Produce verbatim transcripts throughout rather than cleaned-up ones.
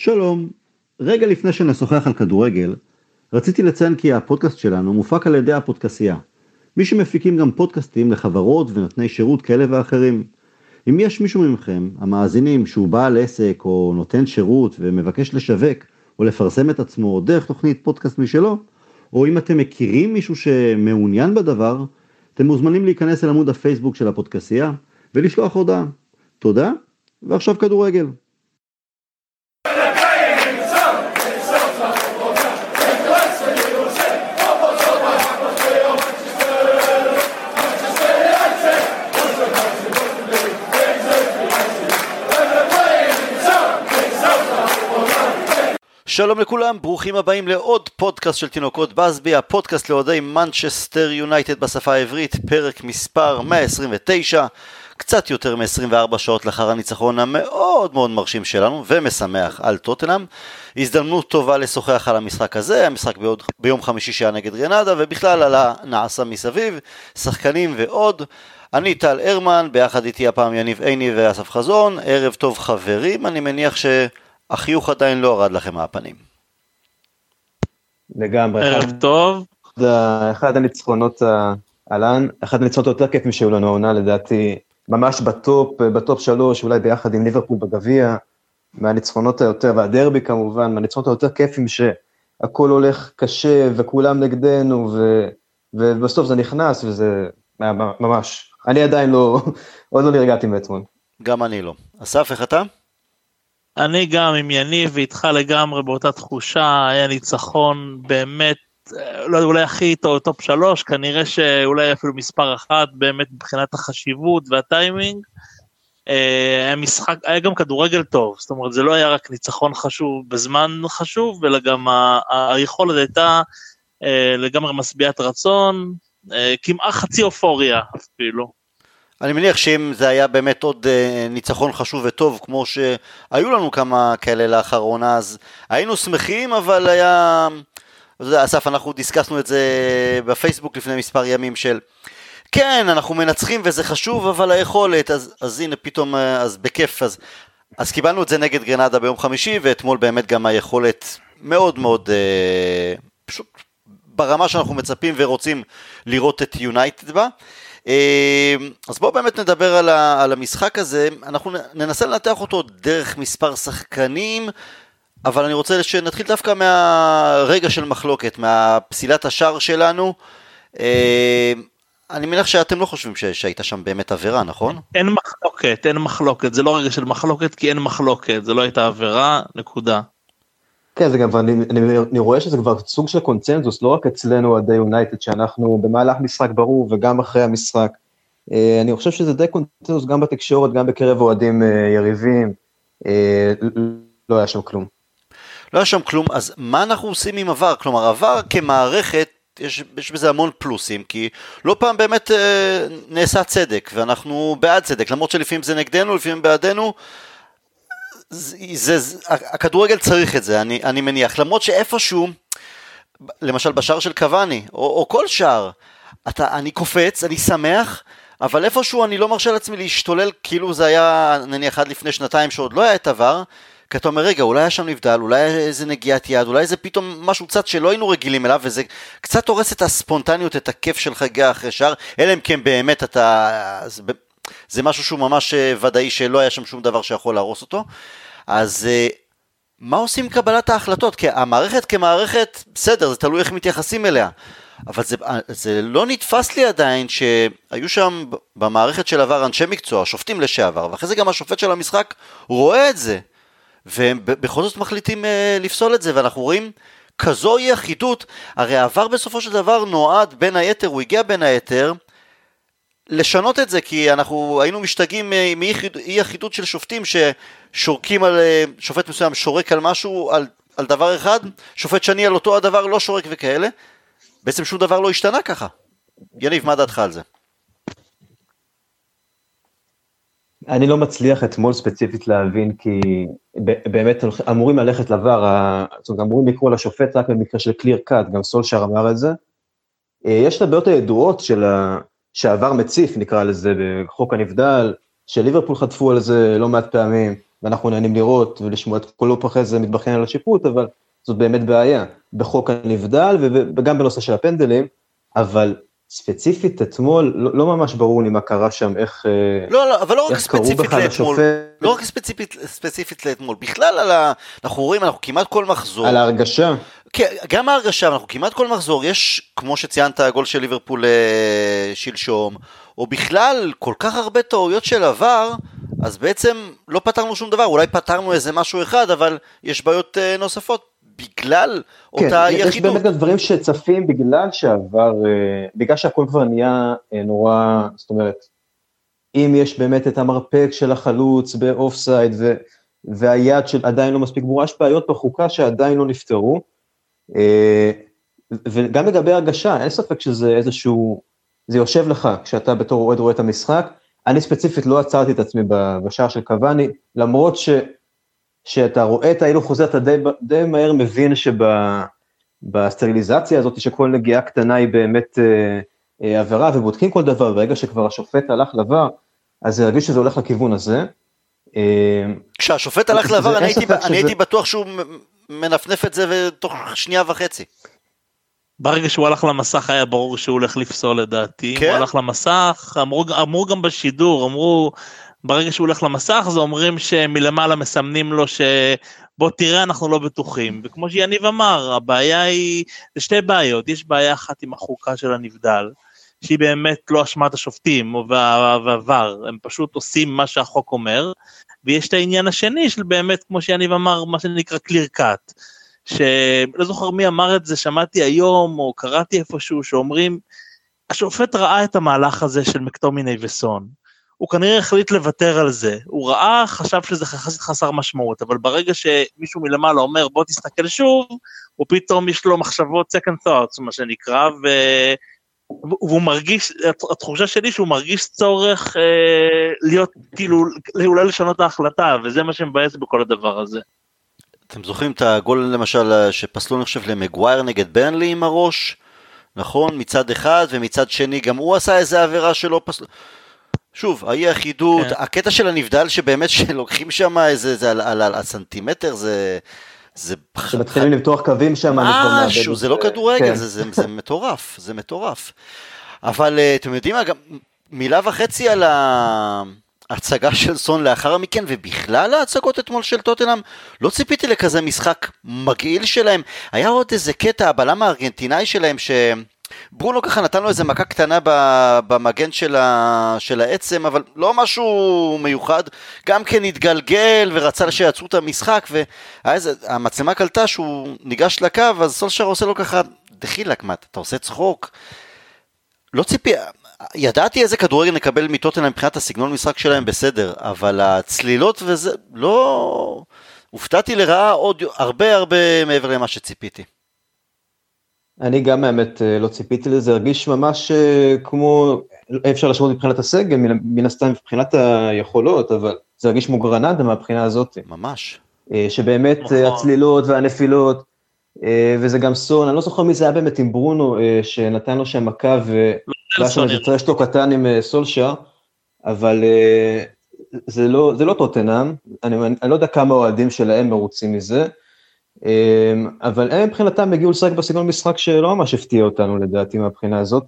שלום, רגע לפני שנשוחח על כדורגל, רציתי לציין כי הפודקאסט שלנו מופק על ידי הפודקאסייה, מי שמפיקים גם פודקאסטים לחברות ונותני שירות כאלה ואחרים. אם יש מישהו ממכם, המאזינים, שהוא בעל עסק או נותן שירות ומבקש לשווק או לפרסם את עצמו דרך תוכנית פודקאסט משלו, או אם אתם מכירים מישהו שמעוניין בדבר, אתם מוזמנים להיכנס אל עמוד הפייסבוק של הפודקאסייה ולשלוח הודעה. תודה, ועכשיו כדורגל. שלום לכולם, ברוכים הבאים לעוד פודקאסט של תינוקות בסבי, הפודקאסט לאוהדי מנצ'סטר יונייטד בשפה העברית, פרק מספר מאה עשרים ותשע, קצת יותר מ-עשרים וארבע שעות לאחר הניצחון המאוד מאוד מרשים שלנו ומשמח על טוטנהאם. הזדמנות טובה לשוחח על המשחק הזה, המשחק ביום, ביום חמישי שהיה נגד גרנדה, ובכלל על הנעשה מסביב, שחקנים ועוד. אני טל הרמן, ביחד איתי הפעם יניב עיני ואסף חזון. ערב טוב חברים, אני מניח ש... החיוך עדיין לא הרד לכם מהפנים. לגמרי. ערב טוב. אחד הניצחונות העלן, אחד הניצחונות יותר כיפים שהיו לנו העונה, לדעתי, ממש בטופ, בטופ שלוש, אולי ביחד עם ליברפול בגביע, מהניצחונות היותר, והדרבי כמובן, מהניצחונות היותר כיפים שהכל הולך קשה, וכולם נגדנו, ו, ובסוף זה נכנס, וזה ממש, אני עדיין לא, עוד לא נרגעתי מאתמול. גם אני לא. אסף, איך אתה? אני גם עם יניב ואיתך לגמרי באותה תחושה, היה ניצחון באמת, לא, אולי הכי טוב, טופ שלוש, כנראה שאולי אפילו מספר אחת, באמת מבחינת החשיבות והטיימינג, היה משחק, היה גם כדורגל טוב, זאת אומרת זה לא היה רק ניצחון חשוב בזמן חשוב, אלא גם ה- היכולת הייתה לגמרי משביעת רצון, כמעט חצי אופוריה אפילו. אני מניח שאם זה היה באמת עוד אה, ניצחון חשוב וטוב, כמו שהיו לנו כמה כאלה לאחרונה, אז היינו שמחים, אבל היה... אסף, אנחנו דיסקסנו את זה בפייסבוק לפני מספר ימים של... כן, אנחנו מנצחים וזה חשוב, אבל היכולת, אז, אז הנה פתאום, אז בכיף, אז, אז קיבלנו את זה נגד גרנדה ביום חמישי, ואתמול באמת גם היכולת מאוד מאוד, אה, פשוט ברמה שאנחנו מצפים ורוצים לראות את יונייטד בה. אז בואו באמת נדבר על, ה, על המשחק הזה, אנחנו ננסה לנתח אותו דרך מספר שחקנים, אבל אני רוצה שנתחיל דווקא מהרגע של מחלוקת, מהפסילת השער שלנו. אני מניח שאתם לא חושבים שהייתה שם באמת עבירה, נכון? אין מחלוקת, אין מחלוקת, זה לא רגע של מחלוקת, כי אין מחלוקת, זה לא הייתה עבירה, נקודה. כן, זה גם, אני, אני, אני רואה שזה כבר סוג של קונצנזוס, לא רק אצלנו עדי יונייטד, שאנחנו במהלך משחק ברור וגם אחרי המשחק. אני חושב שזה די קונצנזוס גם בתקשורת, גם בקרב אוהדים יריבים, לא היה שם כלום. לא היה שם כלום, אז מה אנחנו עושים עם עבר? כלומר, עבר כמערכת, יש, יש בזה המון פלוסים, כי לא פעם באמת אה, נעשה צדק, ואנחנו בעד צדק, למרות שלפעמים זה נגדנו, לפעמים בעדנו, זה, זה, זה, הכדורגל צריך את זה, אני, אני מניח, למרות שאיפשהו, למשל בשער של קוואני, או, או כל שער, אתה, אני קופץ, אני שמח, אבל איפשהו אני לא מרשה לעצמי להשתולל, כאילו זה היה, נניח עד לפני שנתיים שעוד לא היה את עבר, כי אתה אומר, רגע, אולי היה שם נבדל, אולי איזה נגיעת יד, אולי זה פתאום משהו קצת שלא היינו רגילים אליו, וזה קצת הורס את הספונטניות, את הכיף של חגיגה אחרי שער, אלא אם כן באמת אתה, זה, זה משהו שהוא ממש ודאי שלא היה שם שום דבר שיכול להרוס אותו. אז מה עושים קבלת ההחלטות? כי המערכת כמערכת, בסדר, זה תלוי איך מתייחסים אליה, אבל זה, זה לא נתפס לי עדיין שהיו שם במערכת של עבר אנשי מקצוע, שופטים לשעבר, ואחרי זה גם השופט של המשחק רואה את זה, והם בכל זאת מחליטים לפסול את זה, ואנחנו רואים כזו אי אחידות. הרי העבר בסופו של דבר נועד בין היתר, הוא הגיע בין היתר, לשנות את זה, כי אנחנו היינו משתגעים מאי אחידות של שופטים ששורקים על, שופט מסוים שורק על משהו, על, על דבר אחד, שופט שני על אותו הדבר לא שורק וכאלה, בעצם שום דבר לא השתנה ככה. יניב, מה דעתך על זה? אני לא מצליח אתמול ספציפית להבין, כי באמת אמורים ללכת לעבר, זאת אומרת, אמורים לקרוא לשופט רק במקרה של קליר קאט, גם סולשר אמר את זה. יש את הבעיות הידועות של שעבר מציף, נקרא לזה, בחוק הנבדל, שליברפול חטפו על זה לא מעט פעמים, ואנחנו נהנים לראות ולשמוע את קולופ אחרי זה מתבחן על השיפוט, אבל זאת באמת בעיה, בחוק הנבדל וגם בנושא של הפנדלים, אבל ספציפית אתמול, לא, לא ממש ברור לי מה קרה שם, איך, לא, לא, אבל לא רק ספציפית לאתמול, לשופט. לא רק ספציפית, ספציפית לאתמול, בכלל על ה... אנחנו רואים, אנחנו כמעט כל מחזור. על ההרגשה. כן, גם ההרגשה, אנחנו כמעט כל מחזור, יש, כמו שציינת, הגול של ליברפול שלשום, או בכלל, כל כך הרבה טעויות של עבר, אז בעצם לא פתרנו שום דבר, אולי פתרנו איזה משהו אחד, אבל יש בעיות נוספות. בגלל כן, אותה יש יחידות. יש באמת גם דברים שצפים בגלל שעבר, בגלל שהכל כבר נהיה נורא, זאת אומרת, אם יש באמת את המרפק של החלוץ באופסייד, ו, והיד של עדיין לא מספיק ברורה, יש בעיות בחוקה שעדיין לא נפתרו, וגם לגבי הרגשה, אין ספק שזה איזשהו, זה יושב לך, כשאתה בתור אוהד רואה את המשחק, אני ספציפית לא עצרתי את עצמי בשער של קוואני, למרות ש... שאתה רואה את ההילוך חוזר, אתה די, די מהר מבין שבסטריליזציה הזאת, שכל נגיעה קטנה היא באמת אה, אה, עבירה, ובודקים כל דבר, ברגע שכבר השופט הלך לבר, אז זה הרגיש שזה הולך לכיוון הזה. אה, כשהשופט הלך לבר, אני, הייתי, אני הייתי בטוח שהוא מנפנף את זה ותוך שנייה וחצי. ברגע שהוא הלך למסך היה ברור שהוא הולך לפסול לדעתי, כן? הוא הלך למסך, אמרו, אמרו גם בשידור, אמרו, ברגע שהוא הולך למסך, זה אומרים שמלמעלה מסמנים לו שבוא תראה, אנחנו לא בטוחים. וכמו שיניב אמר, הבעיה היא, זה שתי בעיות, יש בעיה אחת עם החוקה של הנבדל, שהיא באמת לא אשמת השופטים והעבר, הם פשוט עושים מה שהחוק אומר, ויש את העניין השני של באמת, כמו שיניב אמר, מה שנקרא קליר קאט, שלא זוכר מי אמר את זה, שמעתי היום, או קראתי איפשהו, שאומרים, השופט ראה את המהלך הזה של מקטומיני וסון, הוא כנראה החליט לוותר על זה, הוא ראה, חשב שזה חסית חסר משמעות, אבל ברגע שמישהו מלמעלה אומר, בוא תסתכל שוב, הוא פתאום יש לו מחשבות second thoughts, מה שנקרא, ו... והוא מרגיש, התחושה שלי שהוא מרגיש צורך אה, להיות, כאילו, אולי לשנות ההחלטה, וזה מה שמבאס בכל הדבר הזה. אתם זוכרים את הגול למשל שפסלו אני חושב למגווייר נגד ברנלי עם הראש, נכון? מצד אחד, ומצד שני גם הוא עשה איזה עבירה שלא פסלו, שוב, האי אחידות, כן. הקטע של הנבדל שבאמת שלוקחים שם איזה, זה על, על, על הסנטימטר, זה... זה שמתחילים למתוח קווים שם, משהו, זה לא כדורגל, כן. זה, זה, זה מטורף, זה מטורף. אבל אתם יודעים מה, גם מילה וחצי על ההצגה של סון לאחר מכן, ובכלל ההצגות אתמול של טוטנהאם, לא ציפיתי לכזה משחק מגעיל שלהם, היה עוד איזה קטע, הבלם הארגנטינאי שלהם, ש... ברונו ככה נתן לו איזה מכה קטנה במגן של, ה... של העצם, אבל לא משהו מיוחד, גם כן התגלגל ורצה שיעצרו את המשחק, והמצלמה קלטה שהוא ניגש לקו, אז סולשר עושה לו ככה, דחילק, מה, אתה עושה צחוק? לא ציפי, ידעתי איזה כדורגל נקבל מטוטנהאם מבחינת הסגנון משחק שלהם בסדר, אבל הצלילות וזה, לא, הופתעתי לרעה עוד הרבה הרבה מעבר למה שציפיתי. אני גם האמת לא ציפיתי לזה, הרגיש ממש כמו, אפשר לשמות מבחינת הסגל, מן הסתם מבחינת היכולות, אבל זה הרגיש כמו גרנדה מהבחינה הזאת. ממש. שבאמת הצלילות והנפילות, וזה גם סון, אני לא זוכר מי זה היה באמת עם ברונו, שנתן לו שם מכה, והיה שם איזה טרשטוק קטן עם סולשר, אבל זה לא, זה לא טוטנהאם, אני, אני לא יודע כמה אוהדים שלהם מרוצים מזה, אבל הם מבחינתם הגיעו לשחק בסגנון משחק שלא ממש הפתיע אותנו לדעתי מהבחינה הזאת,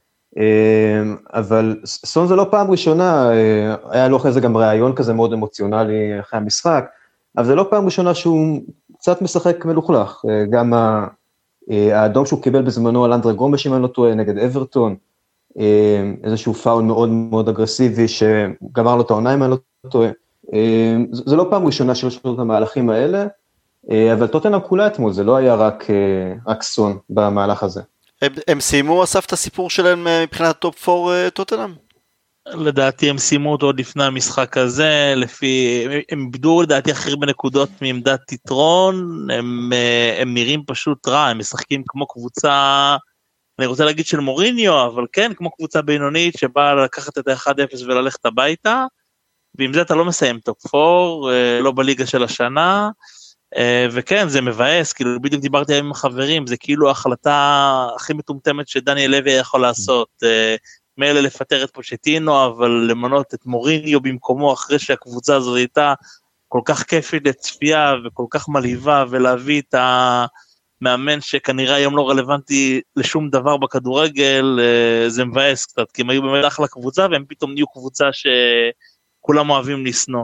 אבל סון זה לא פעם ראשונה, היה לו אחרי זה גם רעיון כזה מאוד אמוציונלי אחרי המשחק, אבל זה לא פעם ראשונה שהוא קצת משחק מלוכלך, גם האדום שהוא קיבל בזמנו על אנדרה גומש אם אני לא טועה נגד אברטון, איזשהו פאול מאוד מאוד אגרסיבי שגמר לו את העונה אם אני לא טועה, זה לא פעם ראשונה שיש לו את המהלכים האלה, אבל טוטנהאם כולה אתמול, זה לא היה רק, רק סון במהלך הזה. הם, הם סיימו אסף את הסיפור שלהם מבחינת טופ ארבע טוטנהאם? לדעתי הם סיימו אותו עוד לפני המשחק הזה, לפי, הם איבדו לדעתי הכי הרבה נקודות מעמדת יתרון, הם, הם נראים פשוט רע, הם משחקים כמו קבוצה, אני רוצה להגיד של מוריניו, אבל כן, כמו קבוצה בינונית שבאה לקחת את ה-אחד אפס וללכת הביתה, ועם זה אתה לא מסיים טופ ארבע, לא בליגה של השנה, וכן, זה מבאס, כאילו בדיוק דיברתי עם חברים, זה כאילו ההחלטה הכי מטומטמת שדניאל לוי יכול לעשות, מאלה לפטר את פושטינו, אבל למנות את מוריניו במקומו, אחרי שהקבוצה הזו הייתה כל כך כיפית לצפייה וכל כך מלהיבה, ולהביא את המאמן שכנראה היום לא רלוונטי לשום דבר בכדורגל, זה מבאס קצת, כי הם היו באמת אחלה קבוצה, והם פתאום נהיו קבוצה שכולם אוהבים לסנוע.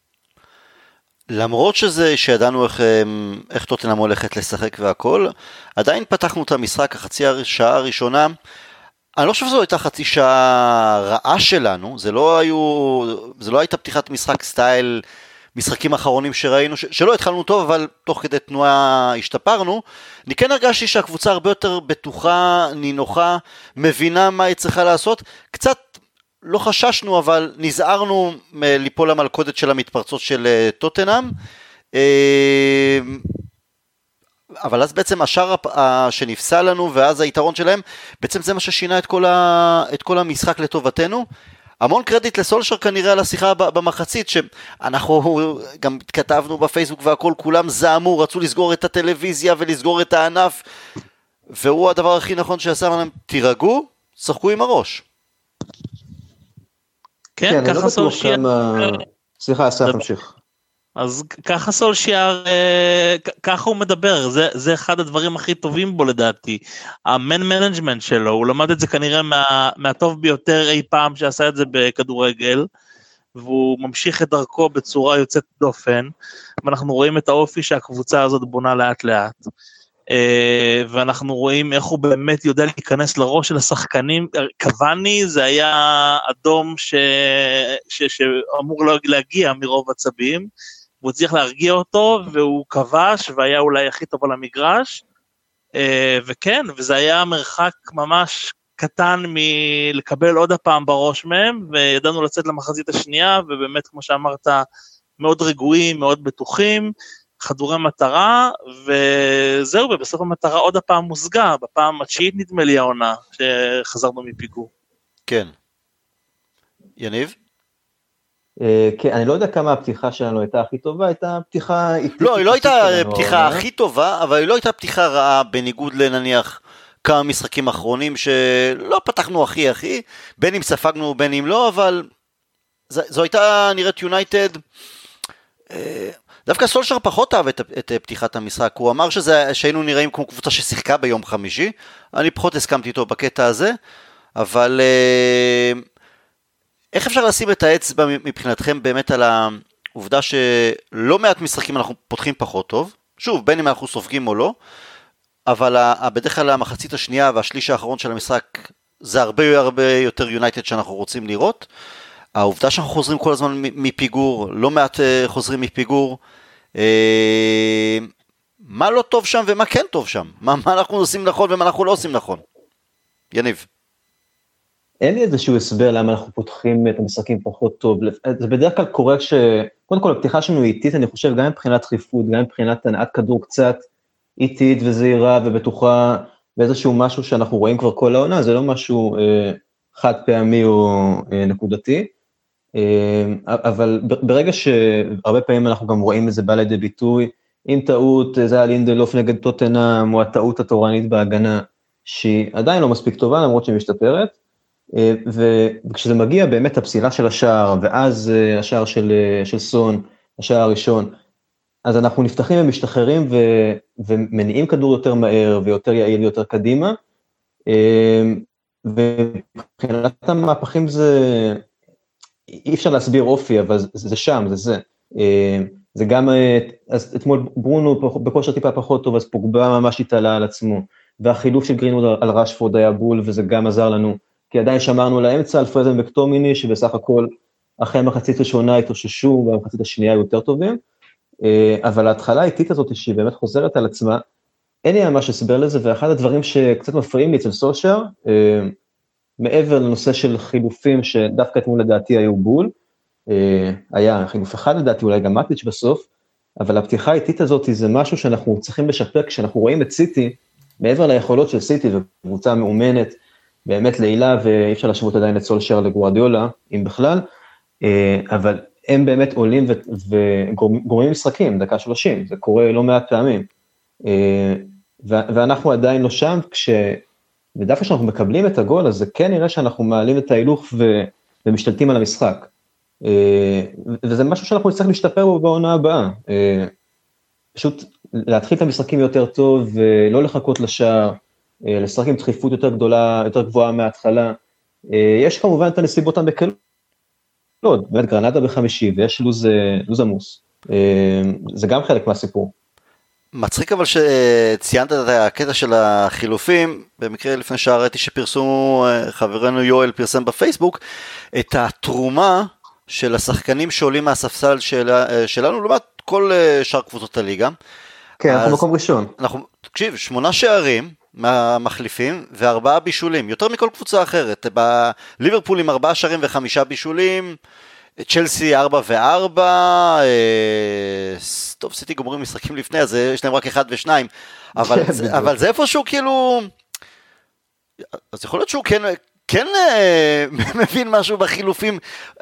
למרות שזה, שידענו איך, איך טוטנהאם הולכת לשחק והכל, עדיין פתחנו את המשחק, החצי השעה הראשונה, אני לא חושב שזו הייתה חצי שעה רעה שלנו, זה לא היו, זה לא הייתה פתיחת משחק סטייל, משחקים האחרונים שראינו, ש, שלא התחלנו טוב, אבל תוך כדי תנועה השתפרנו. אני כן הרגשתי שהקבוצה הרבה יותר בטוחה, נינוחה, מבינה מה היא צריכה לעשות, קצת לא חששנו, אבל נזהרנו ליפול למלכודת של המתפרצות של טוטנהאם, אבל אז בעצם השער שנפסל לנו, ואז היתרון שלהם, בעצם זה מה ששינה את כל, ה, את כל המשחק לטובתנו. המון קרדיט לסולשר כנראה על השיחה במחצית, שאנחנו גם כתבנו בפייסבוק והכל, כולם זעמו, רצו לסגור את הטלוויזיה ולסגור את הענף, והוא הדבר הכי נכון שעשה להם, תירגעו, שחקו עם הראש. כן, ככה סולשיאר... סליחה, אסף, תמשיך. אז ככה סולשיאר, ככה הוא מדבר, זה, זה אחד הדברים הכי טובים בו לדעתי, המן מנג'מנט שלו, הוא למד את זה כנראה מה, מהטוב ביותר אי פעם שעשה את זה בכדורגל, והוא ממשיך את דרכו בצורה יוצאת דופן, ואנחנו רואים את האופי שהקבוצה הזאת בונה לאט לאט, ואנחנו רואים איך הוא באמת יודע להיכנס לראש של השחקנים. קוואני זה היה אדום ש... ש... שאמור להגיע מרוב עצבים, והוא צריך להרגיע אותו, והוא כבש, והיה אולי הכי טוב על המגרש, וכן, וזה היה מרחק ממש קטן מלקבל עוד הפעם בראש מהם, וידענו לצאת למחצית השנייה, ובאמת כמו שאמרת, מאוד רגועים, מאוד בטוחים, חדורי מטרה, וזהו, ובסוף המטרה עוד הפעם מושגה, בפעם התשיעית נדמה לי העונה, שחזרנו מפיגור. כן. יניב? כן, אני לא יודע כמה הפתיחה שלנו הייתה הכי טובה, הייתה פתיחה איטית. לא, היא לא הייתה פתיחה הכי טובה, אבל היא לא הייתה פתיחה רעה, בניגוד לנניח כמה משחקים אחרונים, שלא פתחנו הכי הכי, בין אם ספגנו, בין אם לא, אבל זו הייתה נראית יונייטד, דווקא סולשר פחות אהב את, את פתיחת המשחק, הוא אמר שזה, שהיינו נראים כמו קבוצה ששיחקה ביום חמישי, אני פחות הסכמתי איתו בקטע הזה, אבל איך אפשר לשים את האצבע מבחינתכם באמת על העובדה שלא מעט משחקים אנחנו פותחים פחות טוב, שוב, בין אם אנחנו סופגים או לא, אבל בדרך כלל המחצית השנייה והשליש האחרון של המשחק, זה הרבה הרבה יותר יונייטד שאנחנו רוצים לראות, העובדה שאנחנו חוזרים כל הזמן מפיגור, לא מעט חוזרים מפיגור, מה לא טוב שם ומה כן טוב שם? מה, מה אנחנו עושים נכון ומה אנחנו לא עושים נכון? יניב. אין לי איזשהו הסבר למה אנחנו פותחים את המשחקים פחות טוב, זה בדרך כלל קורה ש... קודם כל, הפתיחה שלנו איטית, אני חושב, גם מבחינת דחיפות, גם מבחינת הנעת כדור קצת איטית וזהירה ובטוחה, ואיזשהו משהו שאנחנו רואים כבר כל העונה, זה לא משהו אה, חד פעמי או אה, נקודתי, אבל ברגע שהרבה פעמים אנחנו גם רואים את זה בא לידי ביטוי, אם טעות זה היה לינדלוף נגד טוטנהאם, או הטעות התורנית בהגנה, שהיא עדיין לא מספיק טובה, למרות שהיא משתפרת, וכשזה מגיע באמת הפסילה של השער, ואז השער של, של סון, השער הראשון, אז אנחנו נפתחים ומשתחררים, ו, ומניעים כדור יותר מהר, ויותר יעיל, יותר קדימה, ובחינת המהפכים זה... אי אפשר להסביר אופי, אבל זה, זה שם, זה זה. זה גם, אז אתמול ברונו בכושר טיפה פחות טוב, אז פוגבה ממש התעלה על עצמו, והחילוף של גרינווד על רשפורד היה בול, וזה גם עזר לנו, כי עדיין שמרנו לאמצע על פרזן וקטומיני, שבסך הכל אחרי המחצית הראשונה התאוששו, והמחצית השנייה היו יותר טובים, אבל ההתחלה האיטית הזאת, שהיא באמת חוזרת על עצמה, אין לי ממש הסבר לזה, ואחד הדברים שקצת מפריעים לי אצל סולשר, מעבר לנושא של חילופים שדווקא אתמול לדעתי היו בול, היה חילוף אחד לדעתי, אולי גם מטיץ' בסוף, אבל הפתיחה האיטית הזאת זה משהו שאנחנו צריכים לשפר, כשאנחנו רואים את סיטי, מעבר ליכולות של סיטי, וקבוצה מאומנת, באמת לעילה, ואי אפשר להשוות עדיין את סולשר לגוארדיולה, אם בכלל, אבל הם באמת עולים וגורמים משחקים, דקה שלושים, זה קורה לא מעט פעמים, ואנחנו עדיין לא שם, כש... ודווקא כשאנחנו מקבלים את הגול, אז זה כן נראה שאנחנו מעלים את ההילוך ו... ומשתלטים על המשחק. וזה משהו שאנחנו נצטרך להשתפר בו בעונה הבאה, פשוט להתחיל את המשחקים יותר טוב, ולא לחכות לשער, לשחק עם דחיפות יותר גדולה, יותר גבוהה מההתחלה, יש כמובן את הנסיבות המקלות, באמת גרנדה בחמישי, ויש לוז, לוז עמוס, זה גם חלק מהסיפור. מצחיק אבל שציינת את הקטע של החילופים, במקרה לפני שעה ראיתי שפרסמו, חברנו יואל פרסם בפייסבוק, את התרומה של השחקנים שעולים מהספסל של, שלנו, לעומת כל שאר קבוצות הליגה. כן, אנחנו מקום ראשון. אנחנו, תקשיב, שמונה שערים מהמחליפים וארבעה בישולים, יותר מכל קבוצה אחרת. בליברפול עם ארבעה שערים וחמישה בישולים, צ'לסי ארבע וארבע, אה, טוב, סיטי גומרים משחקים לפני, אז יש להם רק אחד ושניים, אבל, אבל זה איפשהו כאילו, אז יכול להיות שהוא כן, כן אה, מבין משהו בחילופים,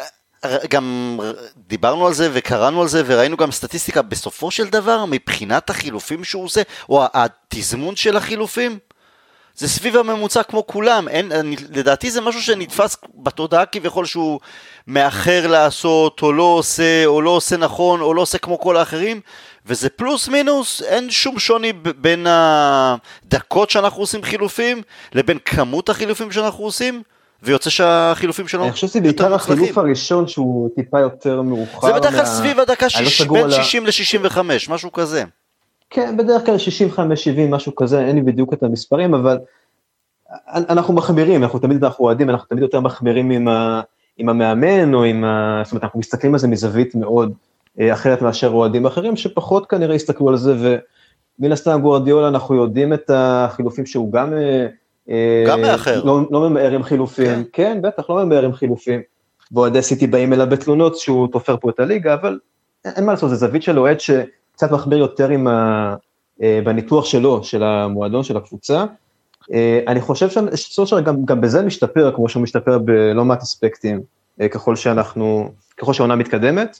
גם דיברנו על זה וקראנו על זה וראינו גם סטטיסטיקה בסופו של דבר מבחינת החילופים שהוא עושה, או התזמון של החילופים, זה סביב הממוצע כמו כולם, אין, אני, לדעתי זה משהו שנתפס בתודעה כביכול שהוא מאחר לעשות, או לא עושה, או לא עושה נכון, או לא עושה כמו כל האחרים, וזה פלוס מינוס, אין שום שוני בין הדקות שאנחנו עושים חילופים, לבין כמות החילופים שאנחנו עושים, ויוצא שהחילופים שלנו אני חושב שזה בעיקר החילוף הראשון שהוא טיפה יותר מאוחר. זה בדרך כלל סביב הדקה בין שישים ל-שישים וחמש, משהו כזה. כן, בדרך כלל שישים וחמש שבעים, משהו כזה, אין לי בדיוק את המספרים, אבל אנחנו מחמירים, אנחנו תמיד אנחנו אוהדים, אנחנו תמיד יותר מחמירים עם, ה, עם המאמן, או עם ה... זאת אומרת, אנחנו מסתכלים על זה מזווית מאוד אחרת מאשר אוהדים אחרים, שפחות כנראה הסתכלו על זה, ומן הסתם גוארדיולה, אנחנו יודעים את החילופים שהוא גם... גם מאחר. לא, לא ממהר עם חילופים, כן. כן, בטח, לא ממהר עם חילופים, ואוהדי סיטי באים אליו בתלונות שהוא תופר פה את הליגה, אבל אין מה לעשות, זה זווית של אוהד שקצת מחמיר יותר עם ה... בניתוח שלו, של המועדון, של הקבוצה. אני חושב שסושר גם, גם בזה משתפר, כמו שהוא משתפר בלא מעט אספקטים, ככל שאנחנו, ככל שהעונה מתקדמת,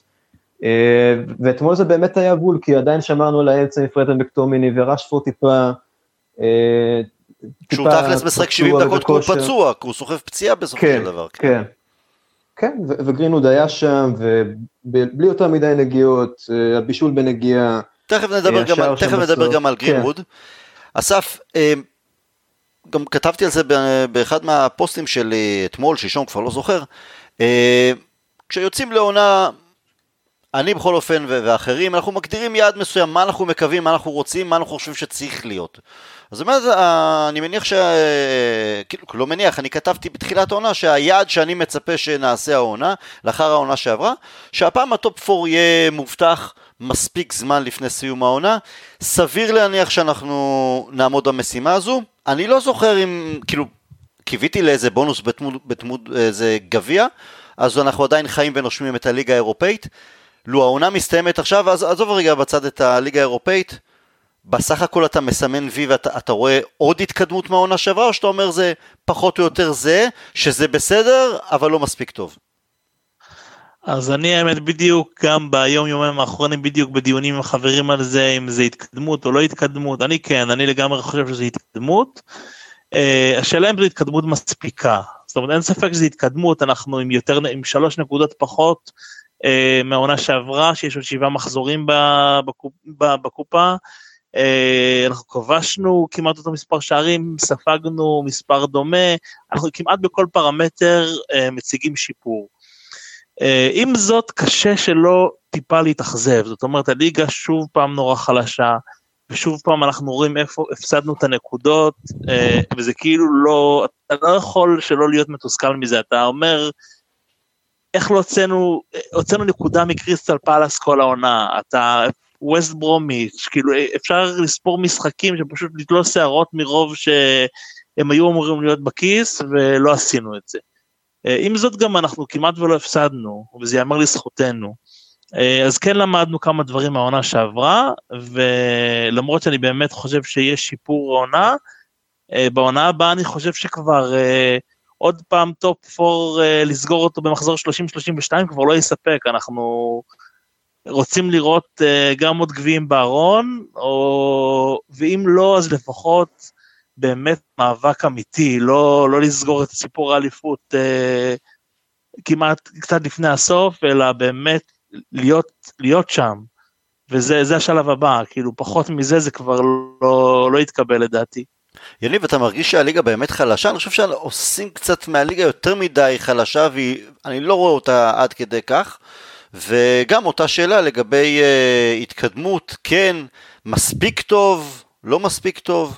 ואתמול זה באמת היה בול, כי עדיין שמרנו על האמצע מפרד ומקטומיני, ורשפורד טיפה, כשהוא תכלס משחק שבעים דקות, כי הוא פצוע, כי הוא סוחב פציעה בסופו של דבר. כן, כן, וגרינווד היה שם, ובלי יותר מדי נגיעות, הבישול בנגיעה, תכף נדבר, גם, תכף נדבר גם על גרינווד. אסף, גם כתבתי על זה באחד מהפוסטים שלי אתמול, שישום כבר לא זוכר, כשיוצאים לעונה, אני בכל אופן ואחרים, אנחנו מגדירים יעד מסוים, מה אנחנו מקווים, מה אנחנו רוצים, מה אנחנו חושבים שצריך להיות. אז זאת אומרת, אני מניח ש... כאילו, לא מניח, אני כתבתי בתחילת העונה שהיעד שאני מצפה שנעשה העונה, לאחר העונה שעברה, שהפעם הטופ ארבע יהיה מובטח מספיק זמן לפני סיום העונה, סביר להניח שאנחנו נעמוד במשימה הזו, אני לא זוכר אם, כאילו, קיוויתי לאיזה בונוס בתמוד, בתמוד איזה גביע, אז אנחנו עדיין חיים ונושמים את הליגה האירופאית, לו העונה מסתיימת עכשיו, אז עזוב רגע בצד את הליגה האירופאית, בסך הכל אתה מסמן וי ואתה אתה רואה עוד התקדמות מהעונה שעברה, או שאתה אומר זה פחות או יותר זה, שזה בסדר, אבל לא מספיק טוב? אז אני האמת בדיוק גם ביום יומיים האחרונים בדיוק בדיונים עם חברים על זה, אם זה התקדמות או לא התקדמות, אני כן, אני לגמרי חושב שזה התקדמות, השאלה אם זו התקדמות מספיקה, זאת אומרת אין ספק שזה התקדמות, אנחנו עם יותר, עם שלוש נקודות פחות מהעונה שעברה, שיש עוד שבעה מחזורים בקופה, אנחנו כבשנו כמעט אותו מספר שערים, ספגנו מספר דומה, אנחנו כמעט בכל פרמטר מציגים שיפור. עם זאת קשה שלא טיפה להתאכזב, זאת אומרת הליגה שוב פעם נורא חלשה, ושוב פעם אנחנו רואים איפה הפסדנו את הנקודות, וזה כאילו לא, אתה לא יכול שלא להיות מתוסכל מזה, אתה אומר, איך לא הוצאנו, הוצאנו נקודה מקריסטל פלאס כל העונה, אתה ווסט ברומיץ', כאילו אפשר לספור משחקים שפשוט לתלוש שערות מרוב שהם היו אמורים להיות בכיס, ולא עשינו את זה. עם זאת גם אנחנו כמעט ולא הפסדנו, וזה יאמר לזכותנו, אז כן למדנו כמה דברים מהעונה שעברה, ולמרות שאני באמת חושב שיש שיפור העונה, בעונה הבאה אני חושב שכבר עוד פעם טופ ארבע לסגור אותו במחזור שלושים שלושים ושתיים כבר לא יספק, אנחנו רוצים לראות גם עוד גביעים בארון, או, ואם לא אז לפחות באמת מאבק אמיתי, לא, לא לסגור את סיפור האליפות כמעט קצת לפני הסוף, אלא באמת להיות, להיות שם, וזה זה השלב הבא, כאילו פחות מזה זה כבר לא, לא יתקבל לדעתי. יניב, אתה מרגיש שהליגה באמת חלשה? אני חושב שעושים קצת מהליגה יותר מדי חלשה, ואני לא רואה אותה עד כדי כך, וגם אותה שאלה לגבי uh, התקדמות, כן, מספיק טוב, לא מספיק טוב?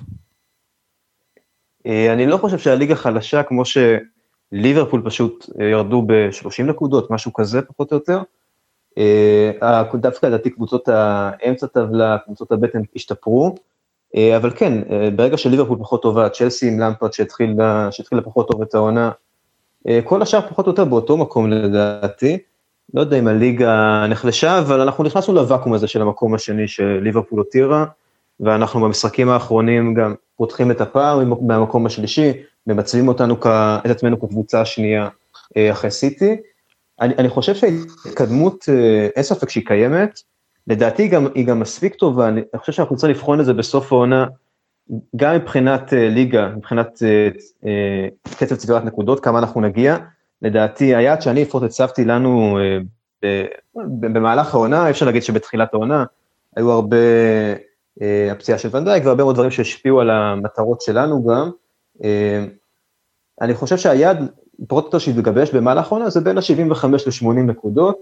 אני לא חושב שהליגה חלשה, כמו שליברפול פשוט ירדו ב-שלושים נקודות, משהו כזה פחות או יותר, דווקא לדעתי קבוצות האמצע טבלה, קבוצות הבטן השתפרו, אבל כן, ברגע שליברפול פחות טובה, צ'לסי עם למפרד שהתחילה, שהתחילה פחות טוב את העונה, כל השאר פחות או יותר באותו מקום לדעתי, לא יודע אם הליגה נחלשה, אבל אנחנו נכנסנו לוואקום הזה של המקום השני שליברפול הותירה, ואנחנו במשחקים האחרונים גם פותחים את הפער מהמקום השלישי, ומצבים אותנו כ... את עצמנו כקבוצה השנייה אחרי סיטי. אני, אני חושב שההתקדמות, אין ספק שהיא קיימת, לדעתי גם, היא גם מספיק טובה, אני חושב שאנחנו צריכים לבחון את זה בסוף העונה, גם מבחינת ליגה, מבחינת קצב צבירת נקודות, כמה אנחנו נגיע, לדעתי היעד שאני לפחות הצבתי לנו במהלך העונה, אפשר להגיד שבתחילת העונה, היו הרבה הפציעה של ונדייק, והרבה מאוד דברים שהשפיעו על המטרות שלנו גם, אני חושב שהיעד, פחות או יותר שהתגבש במהלך העונה, זה בין ה-שבעים וחמש ל-שמונים נקודות,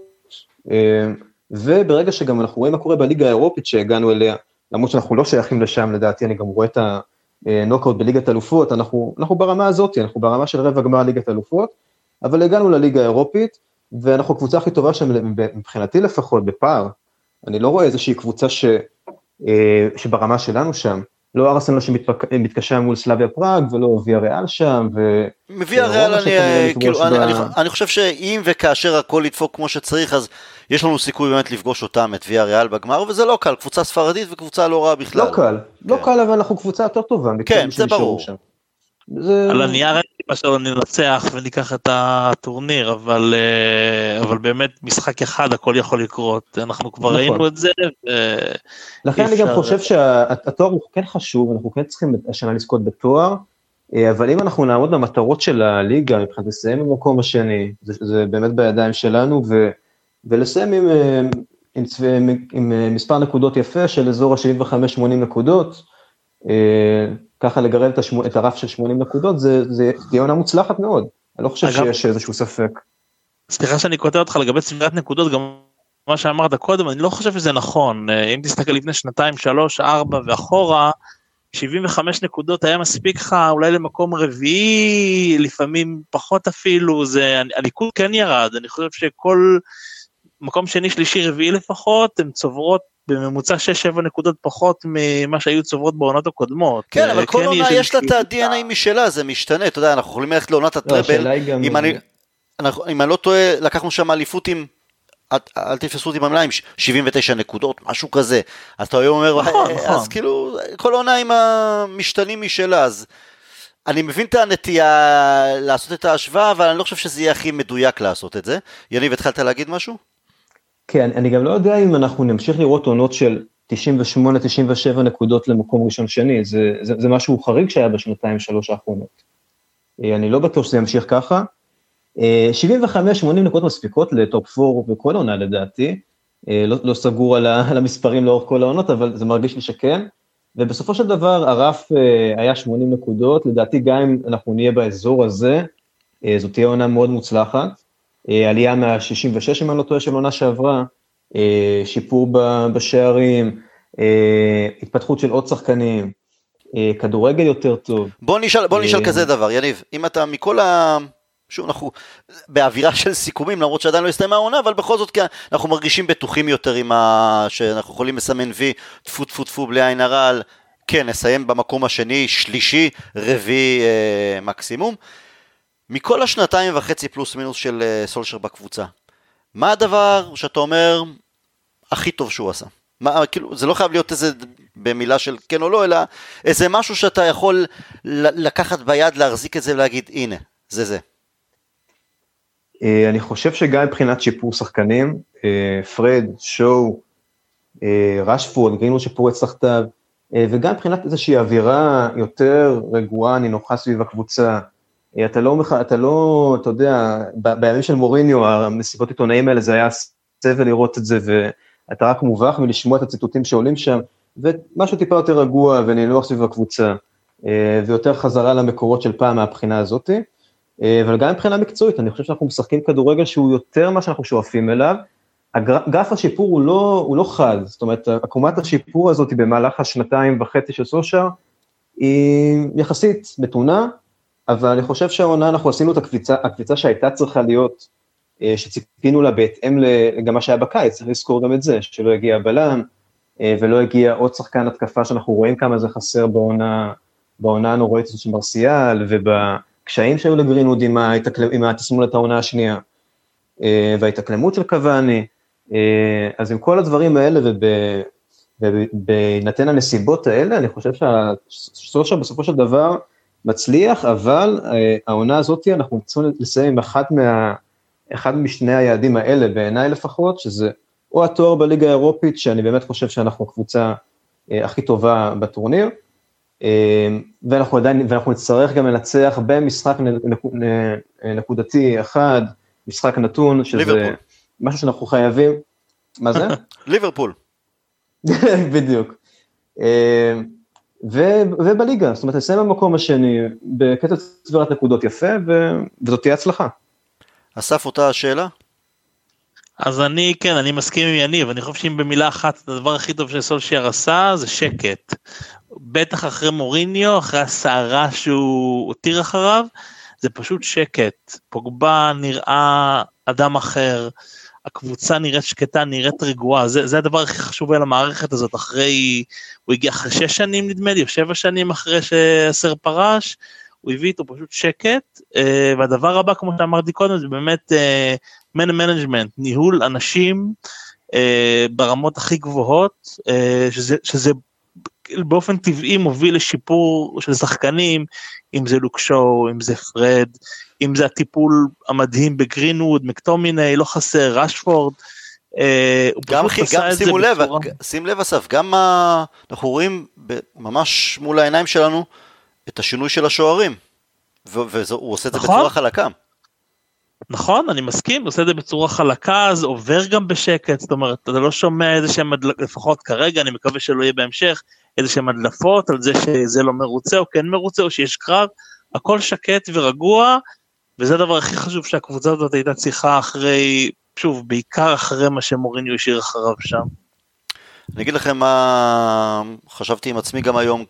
וברגע שגם אנחנו רואים מה קורה בליגה האירופית שהגענו אליה, למרות שאנחנו לא שייכים לשם, לדעתי, אני גם רואה את הנוקאוט בליגת אלופות, אנחנו, אנחנו ברמה הזאת, אנחנו ברמה של רבע גמר ליגת אלופות, אבל הגענו לליגה האירופית, ואנחנו קבוצה הכי טובה שם, מבחינתי לפחות, בפער. אני לא רואה איזושהי קבוצה ש, שברמה שלנו שם, לא ארסנל שמתקשה מול סלאביה פראג, ולא ויה ריאל שם, ו... ויה ריאל, אני, כאילו, אני, אני, אני חושב שאם וכאשר הכל ידפוק כמו שצריך, אז יש לנו סיכוי באמת לפגוש אותם, את ויה ריאל בגמר, וזה לא קל, קבוצה ספרדית וקבוצה לא רעה בכלל. לא קל, לא קל, אבל אנחנו קבוצה יותר טובה. כן, זה ברור. על הנייר מה שלא ננצח וניקח את הטורניר, אבל, אבל באמת משחק אחד הכל יכול לקרות, אנחנו כבר נכון. ראינו את זה. לכן אני גם חושב שהתואר הוא כן חשוב, אנחנו כן צריכים השנה לזכות בתואר, אבל אם אנחנו נעמוד במטרות של הליגה, מבחינת לסיים במקום השני, זה, זה באמת בידיים שלנו, ו, ולסיים עם, עם, עם, עם מספר נקודות יפה של אזור ה-שבעים וחמש שמונים נקודות, ככה לגרב את, השמו, את הרף של שמונים נקודות, זה, זה תהיה עונה מוצלחת מאוד. אני לא חושב אגב, שיש איזשהו ספק. סליחה שאני כותב אותך לגבי צבירת נקודות, גם מה שאמרת קודם, אני לא חושב שזה נכון. אם תסתכל לפני שנתיים, שלוש, ארבע ואחורה, שבעים וחמש נקודות היה מספיק לך, אולי למקום רביעי, לפעמים פחות אפילו, זה, הניקוד כן ירד, אני חושב שכל מקום שני, שלישי, רביעי לפחות, הן צוברות בממוצע שש שבע נקודות פחות ממה שהיו צוברות בעונות הקודמות. כן, אבל כל עונה יש לה את ה-די אן איי משלה, זה משתנה, אתה יודע, אנחנו יכולים ללכת לעונת הטראבל, אם אני לא טועה, לקחנו שם אליפות עם, אל תפסו אותי במלאים, שבעים ותשע נקודות, משהו כזה, אז אתה היום אומר, אז כאילו, כל עונה עם המשתנים משלה, אז אני מבין את הנטייה לעשות את ההשוואה, אבל אני לא חושב שזה יהיה הכי מדויק לעשות את זה. יניב, התחלת להגיד משהו? כן, אני גם לא יודע אם אנחנו נמשיך לראות עונות של תשעים ושמונה תשעים ושבע נקודות למקום ראשון שני, זה, זה, זה משהו חריג שהיה בשנתיים שלוש האחרונות. אני לא בטוח שזה ימשיך ככה. שבעים וחמש שמונים נקודות מספיקות לטופ ארבע בכל עונה לדעתי, לא, לא סגור על, ה, על המספרים לאורך כל העונות, אבל זה מרגיש לי שכן, ובסופו של דבר הרף היה שמונים נקודות, לדעתי גם אם אנחנו נהיה באזור הזה, זאת תהיה עונה מאוד מוצלחת, עלייה מה-שישים ושש אם אני לא טועה של עונה שעברה, שיפור בשערים, התפתחות של עוד שחקנים, כדורגל יותר טוב. בוא נשאל, בוא נשאל כזה דבר, יניב, אם אתה מכל ה... שוב, אנחנו באווירה של סיכומים, למרות שעדיין לא הסתיימה העונה, אבל בכל זאת אנחנו מרגישים בטוחים יותר עם ה... שאנחנו יכולים לסמן וי, תפו תפו תפו בלי עין הרע, כן, נסיים במקום השני, שלישי, רביעי אה, מקסימום. מכל השנתיים וחצי פלוס מינוס של אה, סולשר בקבוצה, מה הדבר שאתה אומר הכי טוב שהוא עשה? מה, כאילו, זה לא חייב להיות איזה במילה של כן או לא, אלא איזה משהו שאתה יכול לקחת ביד, להחזיק את זה ולהגיד, הנה, זה זה. אני חושב שגם מבחינת שיפור שחקנים, פרד, שואו, רשפורד, גרינווד שפורץ תחתיו, וגם מבחינת איזושהי אווירה יותר רגועה, נינוחה סביב הקבוצה, אתה לא, אתה לא, אתה יודע, בימים של מוריניו, המסיבות עיתונאים האלה, זה היה סבל לראות את זה, ואתה רק מובך מלשמוע את הציטוטים שעולים שם, ומשהו טיפה יותר רגוע ונינוח סביב הקבוצה, ויותר חזרה למקורות של פעם מהבחינה הזאת, אבל גם מבחינה מקצועית, אני חושב שאנחנו משחקים כדורגל שהוא יותר מה שאנחנו שואפים אליו, גרף השיפור הוא לא, הוא לא חד, זאת אומרת, עקומת השיפור הזאת במהלך השנתיים וחצי של סולשר, היא יחסית מתונה, אבל אני חושב שהעונה אנחנו עשינו את הקביצה, הקביצה שהייתה צריכה להיות, שציפינו לה בהתאם גם מה שהיה בקיץ, צריך לזכור גם את זה, שלא הגיע בלם, ולא הגיע עוד שחקן התקפה שאנחנו רואים כמה זה חסר בעונה, בעונה הנוראית הזאת של מרסיאל, ובקשיים שהיו לגרינווד עם התסמונת העונה השנייה, וההתאקלמות של קוואני, אז עם כל הדברים האלה, ובנתן הנסיבות האלה, אני חושב שהסולשר בסופו של דבר מצליח, אבל העונה הזאת אנחנו צריכים לסיים עם אחד, מה, אחד משני היעדים האלה, בעיניי לפחות, שזה או התואר בליגה האירופית, שאני באמת חושב שאנחנו הקבוצה הכי טובה בטורניר, ואנחנו עדיין, ואנחנו נצטרך גם לנצח במשחק נקודתי אחד, משחק נתון, שזה ליברפול. משהו שאנחנו חייבים, מה זה? ליברפול. בדיוק. ובליגה, זאת אומרת, נסיים במקום השני, בקטע צבירת נקודות יפה, וזאת תהיה הצלחה. אסף, אותה השאלה? אז אני, כן, אני מסכים עם יניב, אני חושב שאם במילה אחת, הדבר הכי טוב שסולשייר עשה, זה שקט. בטח אחרי מוריניו, אחרי הסערה שהוא הותיר אחריו, זה פשוט שקט. פוגבה נראה אדם אחר, הקבוצה נראית שקטה, נראית רגועה, זה, זה הדבר הכי חשוב על המערכת הזאת, אחרי, הוא הגיע אחרי שש שנים נדמה לי, או שבע שנים אחרי שעשר פרש, הוא הביא איתו פשוט שקט, והדבר הבא, כמו שאמרתי קודם, זה באמת man management, ניהול אנשים ברמות הכי גבוהות, שזה, שזה באופן טבעי מוביל לשיפור של שחקנים, אם זה לוקשו, אם זה פרד, אם זה הטיפול המדהים בגרינווד, מקטומיני, לא חסר, רשפורד, גם שימו לב, שים לב אסף, גם אנחנו רואים ממש מול העיניים שלנו, את השינוי של השוערים, והוא עושה את זה בצורה חלקה. נכון, אני מסכים, הוא עושה את זה בצורה חלקה, אז עובר גם בשקט, זאת אומרת, אתה לא שומע איזה שהם, לפחות כרגע, אני מקווה שלא יהיה בהמשך, איזה שהם הדלפות על זה שזה לא מרוצה, או כן מרוצה, או שיש קרב, הכל שקט ורגוע, וזה הדבר הכי חשוב שהקבוצה הזאת הייתה צריכה אחרי, שוב, בעיקר אחרי מה שמוריניו השאיר אחריו שם. אני אגיד לכם מה, חשבתי עם עצמי גם היום,